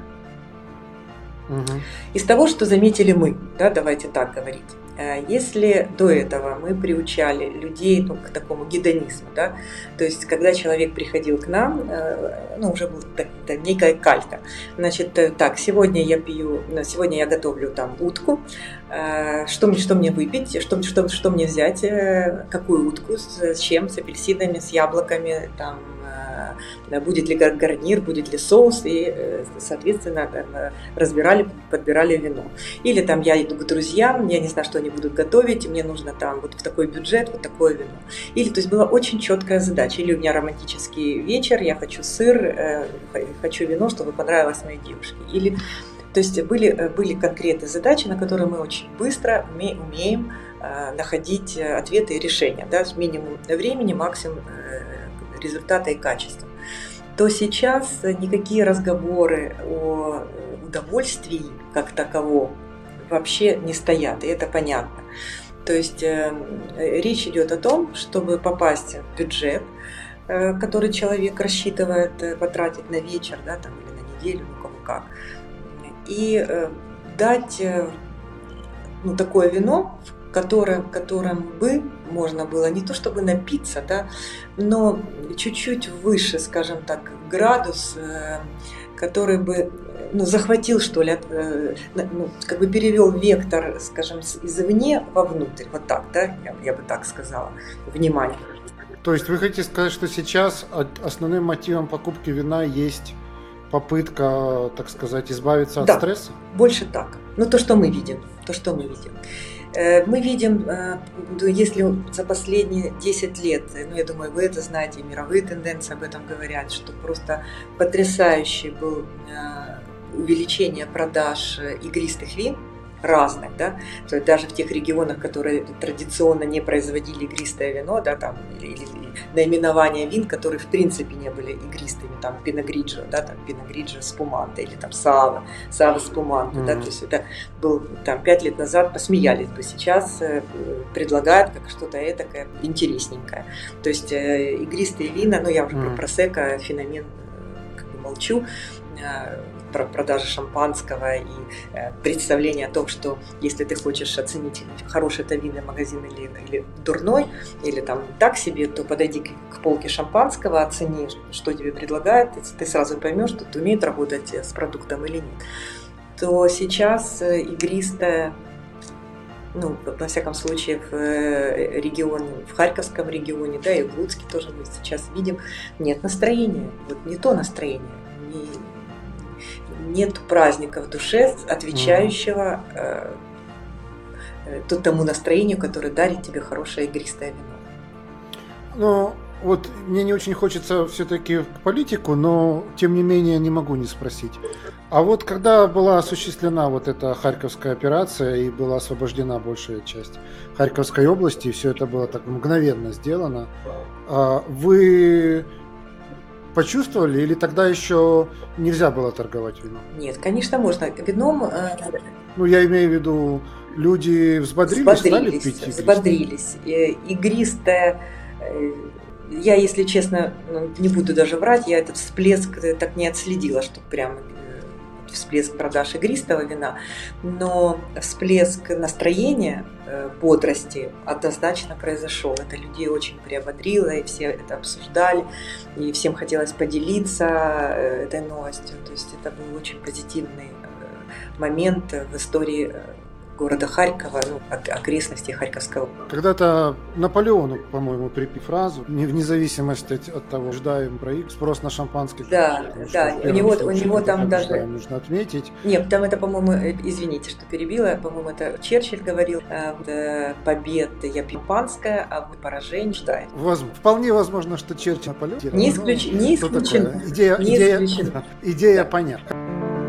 Угу. Из того, что заметили мы, да, давайте так говорить. Если до этого мы приучали людей к такому гедонизму, да, то есть когда человек приходил к нам, уже была некая калька. Значит, так, сегодня я готовлю там утку, что мне выпить, что мне взять, какую утку, с чем, с апельсинами, с яблоками, там, будет ли гарнир, будет ли соус, и, соответственно, подбирали вино. Или там я иду к друзьям, я не знаю, что они будут готовить, мне нужно там вот в такой бюджет, вот такое вино. Или, то есть была очень четкая задача. Или у меня романтический вечер, я хочу сыр, хочу вино, чтобы понравилось моей девушке. Или, то есть были конкретные задачи, на которые мы очень быстро умеем находить ответы и решения, да, с минимум времени, максимум результата и качества. То сейчас никакие разговоры о удовольствии как таковом вообще не стоят, и это понятно. То есть речь идет о том, чтобы попасть в бюджет, который человек рассчитывает потратить на вечер, да, там, или на неделю, кому как, и дать такое вино, которым бы можно было не то чтобы напиться, да, но чуть-чуть выше, скажем так, градус, который бы захватил, что ли, как бы перевел вектор, скажем, извне вовнутрь, вот так, да, я бы так сказала, внимание. То есть вы хотите сказать, что сейчас основным мотивом покупки вина есть попытка, так сказать, избавиться от стресса? Больше так. То, что мы видим. Мы видим, если за последние 10 лет, я думаю, вы это знаете, мировые тенденции об этом говорят, что просто потрясающее было увеличение продаж игристых вин разных, да, то есть даже в тех регионах, которые традиционно не производили игристое вино, да, там, или наименования вин, которые в принципе не были игристыми, там, Pinot Grigio, да, там, Pinot Grigio Spumante, или там Сава Spumante, да, то есть это был, там, 5 лет назад посмеялись бы, сейчас предлагают как что-то этакое интересненькое, то есть игристые вина, я уже про просекко феномен как бы молчу, про продажи шампанского и представление о том, что если ты хочешь оценить, хороший это винный магазин или дурной, или там так себе, то подойди к полке шампанского, оцени, что тебе предлагают, ты сразу поймешь, что ты умеет работать с продуктом или нет. То сейчас игристая, во всяком случае, в регионе, в Харьковском регионе, да, и в Луцке тоже мы сейчас видим, нет настроения, вот не то настроение, нет праздника в душе, отвечающего тому настроению, которое дарит тебе хорошее игристое вино. Вот мне не очень хочется все-таки в политику, но тем не менее не могу не спросить. А вот когда была осуществлена вот эта Харьковская операция и была освобождена большая часть Харьковской области, и все это было так мгновенно сделано, вы почувствовали или тогда еще нельзя было торговать вином? Нет, конечно, можно. Вином... я имею в виду, люди взбодрились, стали пить игристое? Взбодрились. Игристое... Я, если честно, не буду даже врать, я этот всплеск так не отследила, что прям всплеск продаж игристого вина, но всплеск настроения, бодрости однозначно произошел. Это людей очень приободрило, и все это обсуждали, и всем хотелось поделиться этой новостью. То есть это был очень позитивный момент в истории города Харькова, окрестностей Харьковской области. Когда-то Наполеону, по-моему, припи фразу, вне зависимости от того, ждаем проект, спрос на шампанское. Да, у него там даже... Нужно отметить. Нет, там это, по-моему, извините, что перебила, по-моему, это Черчилль говорил, победы я пью шампанское, а поражение ждает. Вполне возможно, что Черчилль Наполеон. Не исключено. Идея понятна.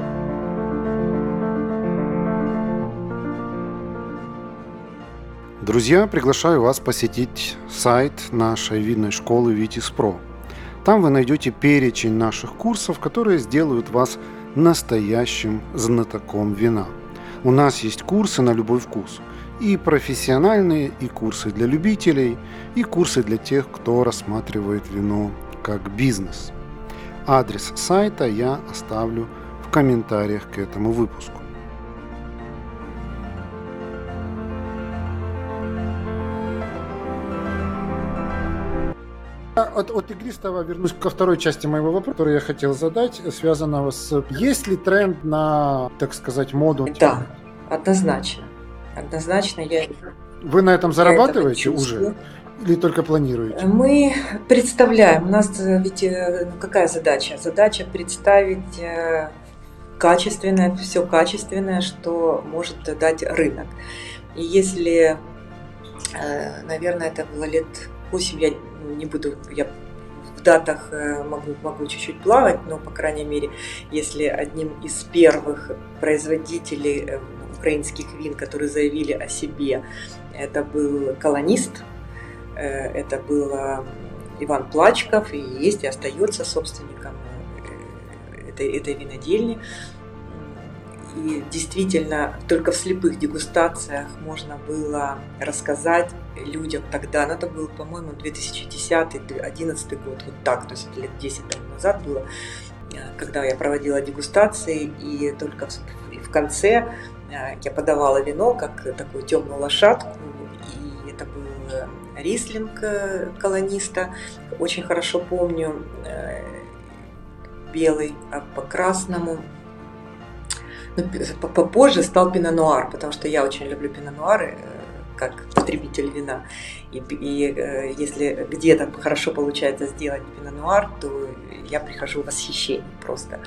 Друзья, приглашаю вас посетить сайт нашей винной школы Vitis.Pro. Там вы найдете перечень наших курсов, которые сделают вас настоящим знатоком вина. У нас есть курсы на любой вкус. И профессиональные, и курсы для любителей, и курсы для тех, кто рассматривает вино как бизнес. Адрес сайта я оставлю в комментариях к этому выпуску. От игристого вернусь ко второй части моего вопроса, который я хотел задать, связанного с... Есть ли тренд на, так сказать, моду? Да, однозначно. Однозначно я... Вы на этом зарабатываете уже? Или только планируете? Мы представляем. У нас ведь какая задача? Задача представить качественное, все качественное, что может дать рынок. И если, наверное, это было лет 8, я не буду, я в датах могу чуть-чуть плавать, но, по крайней мере, если одним из первых производителей украинских вин, которые заявили о себе, это был колонист, это был Иван Плачков, и есть, и остается собственником этой винодельни. И действительно, только в слепых дегустациях можно было рассказать людям тогда, это был, по-моему, 2010-2011 год, вот так, то есть лет 10 назад было, когда я проводила дегустации, и только в конце я подавала вино как такую темную лошадку, и это был рислинг колониста, очень хорошо помню, белый, а по красному. Попозже стал пино-нуар, потому что я очень люблю пино-нуары как потребитель вина. И если где-то хорошо получается сделать пино-нуар, то я прихожу в восхищение просто.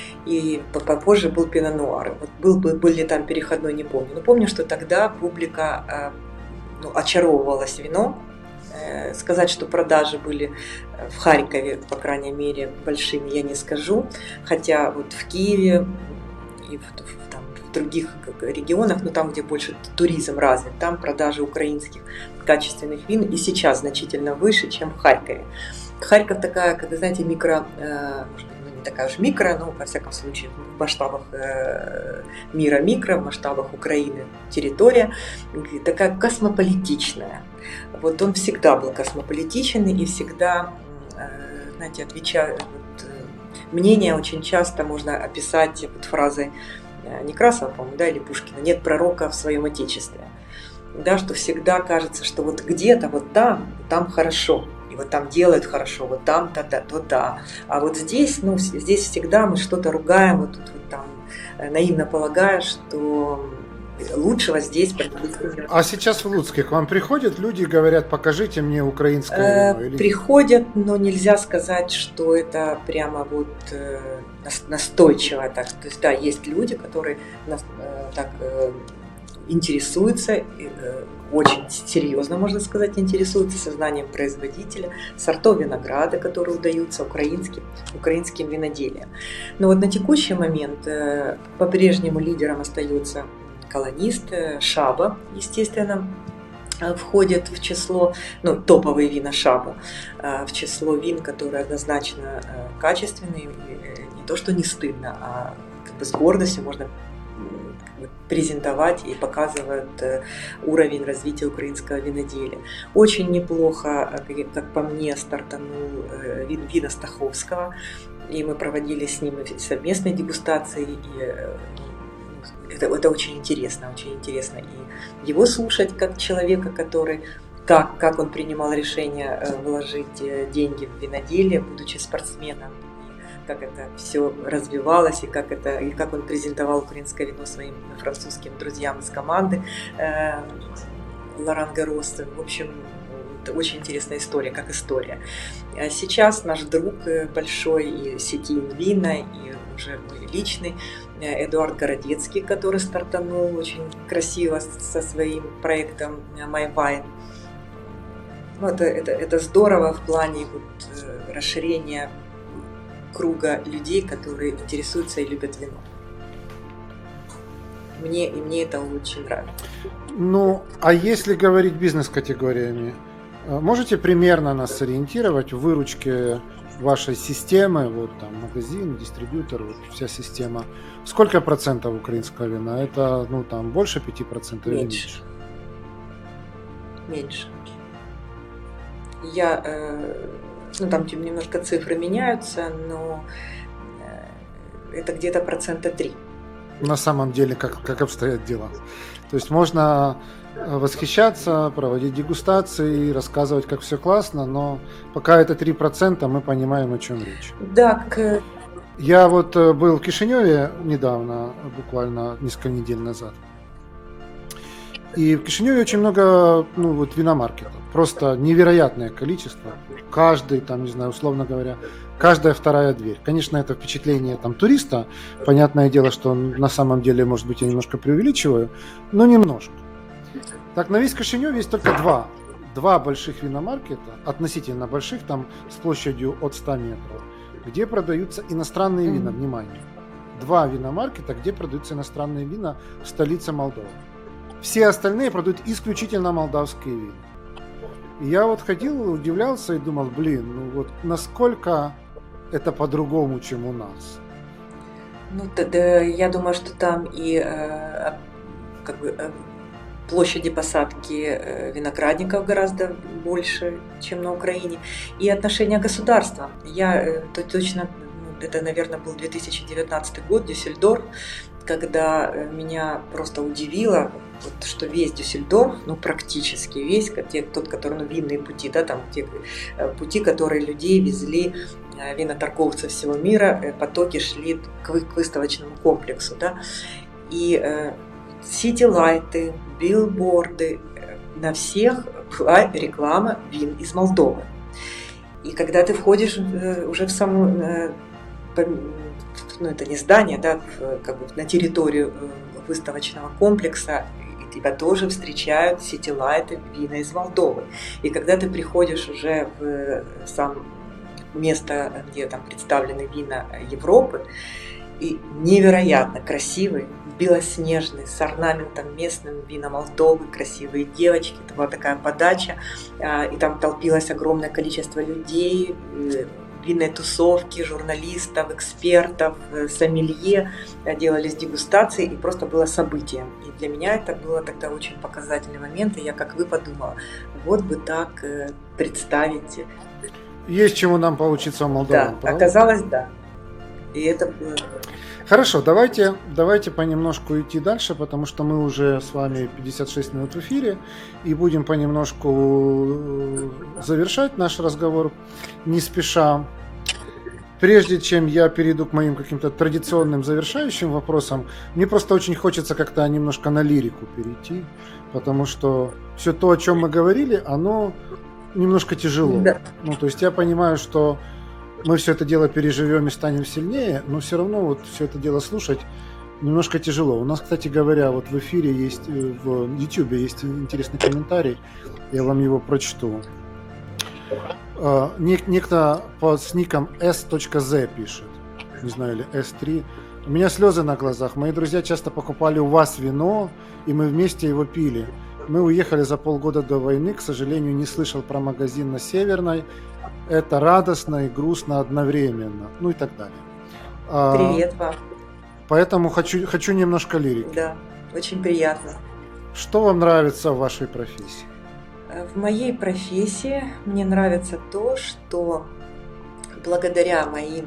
И попозже был пино-нуар. Вот был ли там переходной, не помню. Но помню, что тогда публика очаровывалась вином. Сказать, что продажи были в Харькове, по крайней мере, большими, я не скажу. Хотя вот в Киеве и в других регионах, но там, где больше туризм развит, там продажи украинских качественных вин и сейчас значительно выше, чем в Харькове. Харьков такая, как вы знаете, микро, может быть, не такая уж микро, но во всяком случае в масштабах мира микро, в масштабах Украины территория, такая космополитичная. Вот он всегда был космополитичен и всегда, знаете, отвечает. Мнение очень часто можно описать вот фразой Некрасова, по-моему, да, или Пушкина: «Нет пророка в своем отечестве». Да, что всегда кажется, что вот где-то вот там хорошо, и вот там делают хорошо, вот там-то да. А вот здесь, здесь всегда мы что-то ругаем, вот тут вот там наивно полагая, что лучшего здесь. А сейчас в Луцке к вам приходят люди и говорят: покажите мне украинское вино? Приходят, но нельзя сказать, что это прямо вот настойчиво так. То есть да, есть люди, которые так интересуются, очень серьезно, можно сказать, интересуются сознанием производителя, сортов винограда, которые удаются украинским виноделиям. Но вот на текущий момент по-прежнему лидером остается колонист, Шаба, естественно, входит в число, топовые вина Шаба, в число вин, которые однозначно качественные, не то что не стыдно, а с гордостью можно презентовать и показывают уровень развития украинского виноделия. Очень неплохо, как по мне, стартанул вина Стаховского, и мы проводили с ним совместные дегустации, и это очень интересно и его слушать как человека, который, как он принимал решение вложить деньги в виноделие, будучи спортсменом, как это все развивалось, и как он презентовал украинское вино своим французским друзьям из команды Лоран Гаррос. В общем, это очень интересная история, как история. Сейчас наш друг большой и сети Инвино, и уже мой личный, Эдуард Городецкий, который стартанул очень красиво со своим проектом My Wine. Ну, это здорово в плане расширения круга людей, которые интересуются и любят вино. Мне это очень нравится. Ну, а если говорить бизнес-категориями, можете примерно нас сориентировать в выручке вашей системы, вот там магазин, дистрибьютор, вот вся система. Сколько процентов украинского вина? Это, ну, там больше 5% или меньше? Меньше. Там немножко цифры меняются, но это где-то 3%. На самом деле, как обстоят дела. То есть можно восхищаться, проводить дегустации, рассказывать, как все классно, но пока это 3%, мы понимаем, о чем речь. Да, Я вот был в Кишиневе недавно, буквально несколько недель назад. И в Кишиневе очень много виномаркетов. Просто невероятное количество. Каждый, там, не знаю, условно говоря, каждая вторая дверь. Конечно, это впечатление там туриста. Понятное дело, что на самом деле, может быть, я немножко преувеличиваю, но немножко. Так, на весь Кишинев есть только два больших виномаркета, относительно больших, там с площадью от 100 метров, где продаются иностранные вина. Внимание. 2 виномаркета, где продаются иностранные вина в столице Молдовы. Все остальные продают исключительно молдавские вина. И я вот ходил, удивлялся и думал, насколько это по-другому, чем у нас. Я думаю, что там и площади посадки виноградников гораздо больше, чем на Украине, и отношение государства. Это, наверное, был 2019 год, Дюссельдорф, когда меня просто удивило, что весь Дюссельдорф, практически весь, тот, который, винные пути, да, там те пути, которые людей везли, виноторговцы всего мира, потоки шли к выставочному комплексу, да, и сити-лайты, билборды, на всех была реклама вин из Молдовы. И когда ты входишь уже в саму, это не здание, да, на территорию выставочного комплекса, и тебя тоже встречают сити-лайты, вина из Молдовы. И когда ты приходишь уже в сам место, где там представлены вина Европы, и невероятно красивые, белоснежные, с орнаментом местным вина Молдовы, красивые девочки, это была такая подача, и там толпилось огромное количество людей, винной тусовки, журналистов, экспертов, сомелье, делались дегустации, и просто было событие. И для меня это было тогда очень показательный момент, и я, как вы, подумала, вот бы так представить. Есть чему нам поучиться у молдаван, да, правда? Оказалось, да. И это было... Хорошо, давайте понемножку идти дальше, потому что мы уже с вами 56 минут в эфире и будем понемножку завершать наш разговор не спеша. Прежде чем я перейду к моим каким-то традиционным завершающим вопросам, мне просто очень хочется как-то немножко на лирику перейти, потому что все то, о чем мы говорили, оно немножко тяжело. Да. То есть я понимаю, что мы все это дело переживем и станем сильнее, но все равно все это дело слушать немножко тяжело. У нас, кстати говоря, в эфире есть, в YouTube есть интересный комментарий, я вам его прочту. Некто с ником S.Z пишет, не знаю, или S3. У меня слезы на глазах. Мои друзья часто покупали у вас вино, и мы вместе его пили. Мы уехали за полгода до войны, к сожалению, не слышал про магазин на Северной. Это радостно и грустно одновременно. И так далее. Привет вам. Поэтому хочу немножко лирики. Да, очень приятно. Что вам нравится в вашей профессии? В моей профессии мне нравится то, что благодаря моим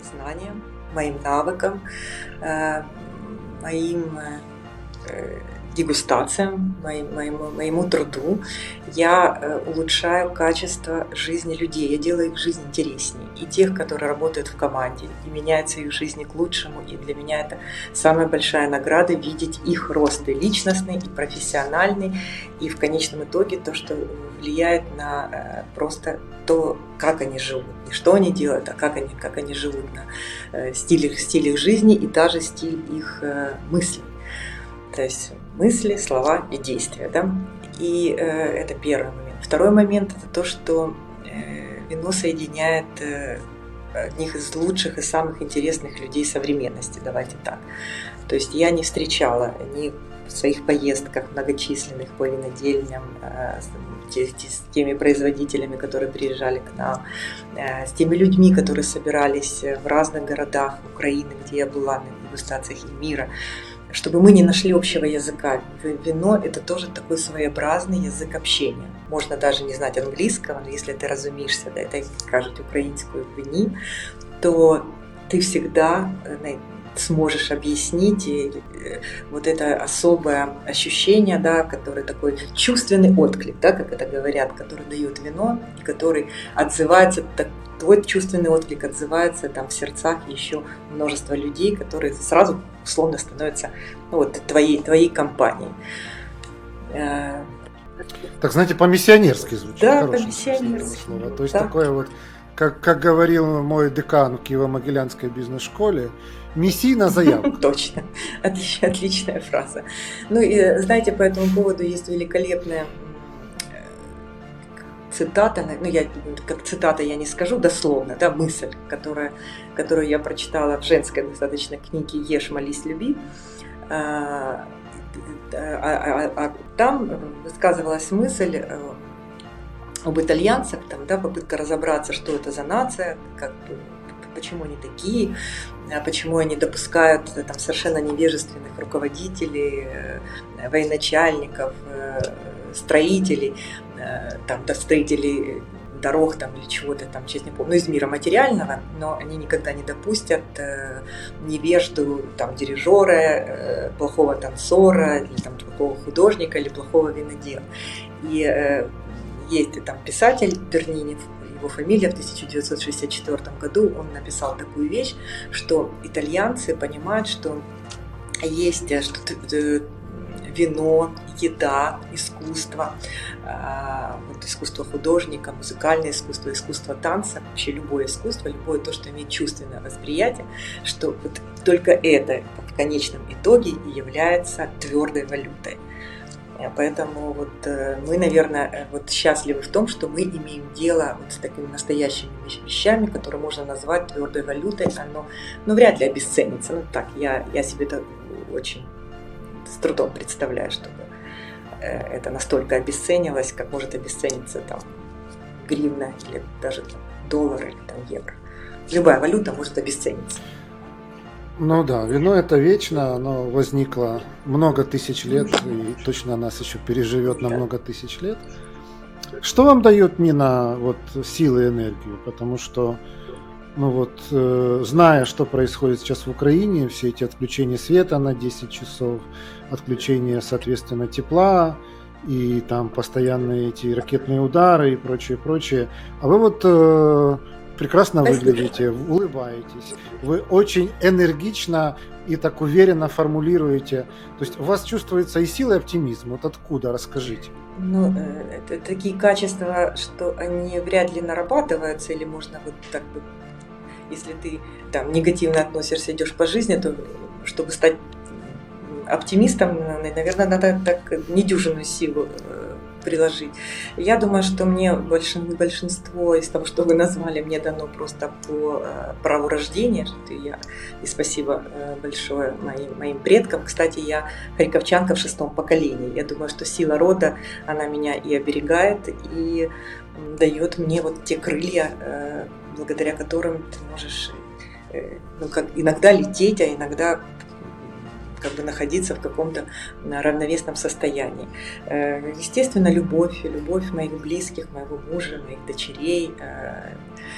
знаниям, моим навыкам, моим дегустациям, моему труду я улучшаю качество жизни людей, я делаю их жизнь интереснее. И тех, которые работают в команде, и меняются их жизни к лучшему. И для меня это самая большая награда — видеть их рост и личностный, и профессиональный, и в конечном итоге то, что влияет на просто то, как они живут. Не что они делают, а как они живут, на стиль их жизни и даже стиль их мыслей. То есть мысли, слова и действия. Да? И это первый момент. Второй момент — это то, что вино соединяет одних из лучших и самых интересных людей современности, давайте так. То есть я не встречала ни в своих поездках многочисленных по винодельням с теми производителями, которые приезжали к нам, с теми людьми, которые собирались в разных городах Украины, где я была на дегустациях и мира, чтобы мы не нашли общего языка. Вино – это тоже такой своеобразный язык общения. Можно даже не знать английского, но если ты разумеешься, да, это кажуть українською в вині, то ты всегда сможешь объяснить вот это особое ощущение, да, который такой чувственный отклик, да, как это говорят, который дает вино и который отзывается, твой чувственный отклик отзывается там в сердцах еще множества людей, которые сразу условно становятся твоей компанией. Так, знаете, по-миссионерски звучит. Да, по-миссионерски. То есть такое вот, как говорил мой декан в Киево-Могилянской бизнес-школе, миссийная заявка. Точно. Отличная фраза. Ну и знаете, по этому поводу есть великолепная цитата, как цитата я не скажу дословно, да, мысль, которую я прочитала в женской достаточно книге «Ешь, молись, люби». Там высказывалась мысль об итальянцах, там, да, попытка разобраться, что это за нация, почему они такие, почему они допускают там совершенно невежественных руководителей, военачальников, строителей, там, строителей дорог там, или чего-то там, честно не помню, из мира материального, но они никогда не допустят невежду, там, дирижера, плохого танцора, или там, плохого художника, или плохого винодела. И есть там писатель Бернини, его фамилия, в 1964 году он написал такую вещь, что итальянцы понимают, что есть вино, еда, искусство, искусство художника, музыкальное искусство, искусство танца, вообще любое искусство, любое то, что имеет чувственное восприятие, что вот только это в конечном итоге и является твердой валютой. Поэтому вот мы, наверное, вот счастливы в том, что мы имеем дело вот с такими настоящими вещами, которые можно назвать твердой валютой. Оно, вряд ли обесценится. Ну так, я себе это очень с трудом представляю, чтобы это настолько обесценилось, как может обесцениться там гривна или даже там, доллар или там, евро. Любая валюта может обесцениться. Ну да, вино это вечно, оно возникло много тысяч лет и точно нас еще переживет на много тысяч лет. Что вам дает, Нина, вот силы и энергию? Потому что, зная, что происходит сейчас в Украине, все эти отключения света на 10 часов, отключение, соответственно, тепла и там постоянные эти ракетные удары и прочее. А вы вот прекрасно выглядите, улыбаетесь, вы очень энергично и так уверенно формулируете. То есть у вас чувствуется и сила, и оптимизм. Вот откуда? Расскажите. Это такие качества, что они вряд ли нарабатываются, или можно вот так бы, если ты там негативно относишься, идешь по жизни, то чтобы стать оптимистом, наверное, надо так недюжинную силу приложить. Я думаю, что мне большинство из того, что вы назвали, мне дано просто по праву рождения. И спасибо большое моим предкам. Кстати, я харьковчанка в 6-м поколении. Я думаю, что сила рода, она меня и оберегает, и дает мне вот те крылья, благодаря которым ты можешь иногда лететь, а иногда как бы находиться в каком-то равновесном состоянии. Естественно, любовь моих близких, моего мужа, моих дочерей,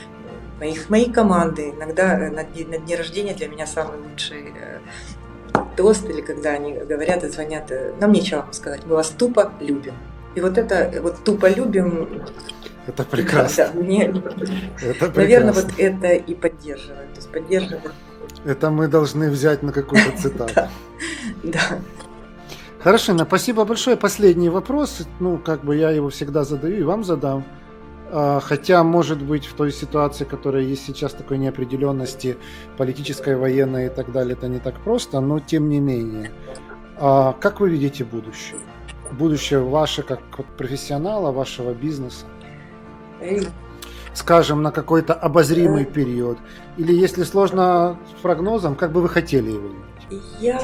моей команды. Иногда на дне рождения для меня самый лучший тост, или когда они говорят и звонят, нам нечего вам сказать, мы вас тупо любим. И вот это вот тупо любим. Это прекрасно. Да, мне, это наверное, вот это и поддерживает. То есть поддерживает. Это мы должны взять на какую-то цитату. Да. Хорошо, спасибо большое. Последний вопрос. Я его всегда задаю и вам задам. Хотя, может быть, в той ситуации, которая есть сейчас, такой неопределенности политической, военной и так далее, это не так просто, но тем не менее. Как вы видите будущее? Будущее ваше как профессионала, вашего бизнеса? Скажем, на какой-то обозримый период? Или, если сложно с прогнозом, как бы вы хотели его видеть?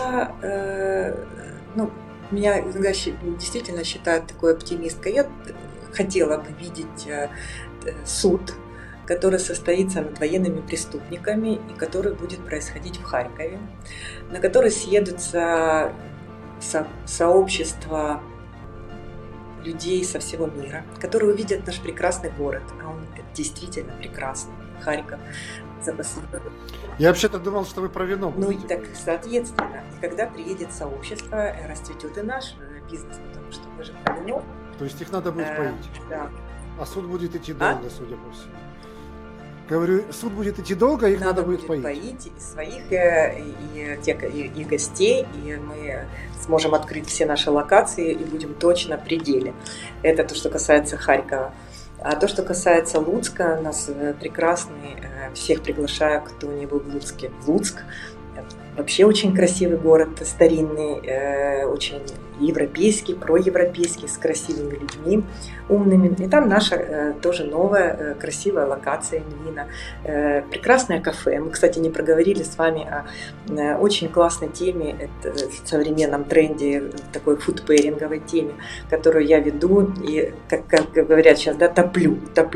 Меня действительно считают такой оптимисткой. Я хотела бы видеть суд, который состоится над военными преступниками и который будет происходить в Харькове, на который съедутся сообщества людей со всего мира, которые увидят наш прекрасный город, а он действительно прекрасный, Харьков. Я вообще-то думал, что вы про вино будете. Так, соответственно, когда приедет сообщество, расцветет и наш бизнес, потому что мы же про вино. То есть их надо будет поить? Да. А суд будет идти долго, судя по всему. Говорю, суд будет идти долго, их надо будет поить и своих, и гостей, и мы сможем открыть все наши локации и будем точно в пределе. Это то, что касается Харькова. А то, что касается Луцка, у нас прекрасный, всех приглашаю, кто не был в Луцке, в Луцк. Вообще очень красивый город, старинный, очень европейский, проевропейский, с красивыми людьми, умными. И там наша тоже новая красивая локация Инвино, прекрасное кафе. Мы, кстати, не проговорили с вами о очень классной теме, это в современном тренде, такой фудпэринговой теме, которую я веду и, как говорят сейчас, топлю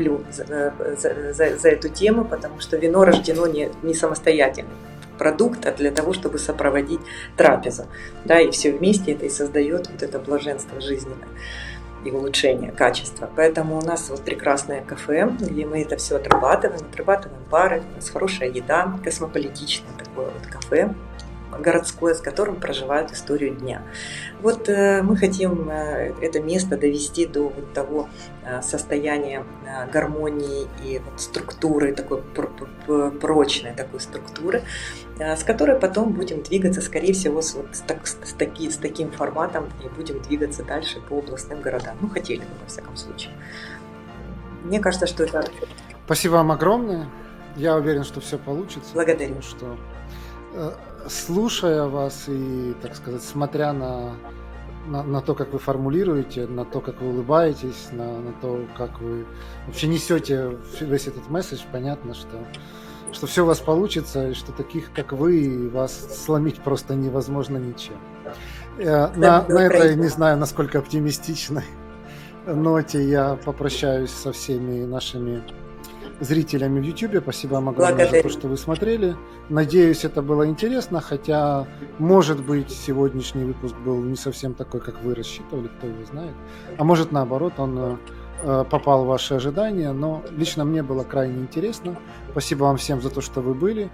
за эту тему, потому что вино рождено не самостоятельно. Продукт, а для того, чтобы сопроводить трапезу. Да, и все вместе это и создает вот это блаженство жизненное и улучшение качества. Поэтому у нас вот прекрасное кафе, где мы это все отрабатываем бары, у нас хорошая еда, космополитичное такое вот кафе городское, с которым проживают историю дня. Вот мы хотим это место довести до вот того состояния гармонии и вот структуры, такой прочной такой структуры, с которой потом будем двигаться, скорее всего, с таким форматом и будем двигаться дальше по областным городам. Ну, хотели бы, во всяком случае. Мне кажется, что это... Спасибо вам огромное. Я уверен, что все получится. Благодарю. Потому что, слушая вас и, так сказать, смотря на то, как вы формулируете, на то, как вы улыбаетесь, на то, как вы вообще несете весь этот месседж, понятно, что все у вас получится, и что таких, как вы, вас сломить просто невозможно ничем. На этой, не знаю, насколько оптимистичной ноте я попрощаюсь со всеми нашими зрителями в YouTube. Спасибо вам огромное за то, что вы смотрели. Надеюсь, это было интересно, хотя, может быть, сегодняшний выпуск был не совсем такой, как вы рассчитывали, кто его знает. А может, наоборот, он попал в ваши ожидания, но лично мне было крайне интересно. Спасибо вам всем за то, что вы были.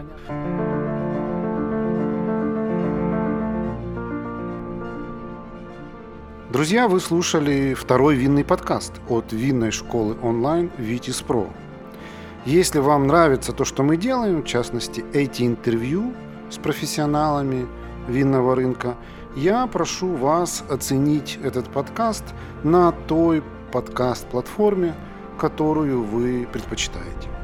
Друзья, вы слушали второй винный подкаст от винной школы онлайн Vitis Pro. Если вам нравится то, что мы делаем, в частности, эти интервью с профессионалами винного рынка, я прошу вас оценить этот подкаст на той подкаст-платформе, которую вы предпочитаете.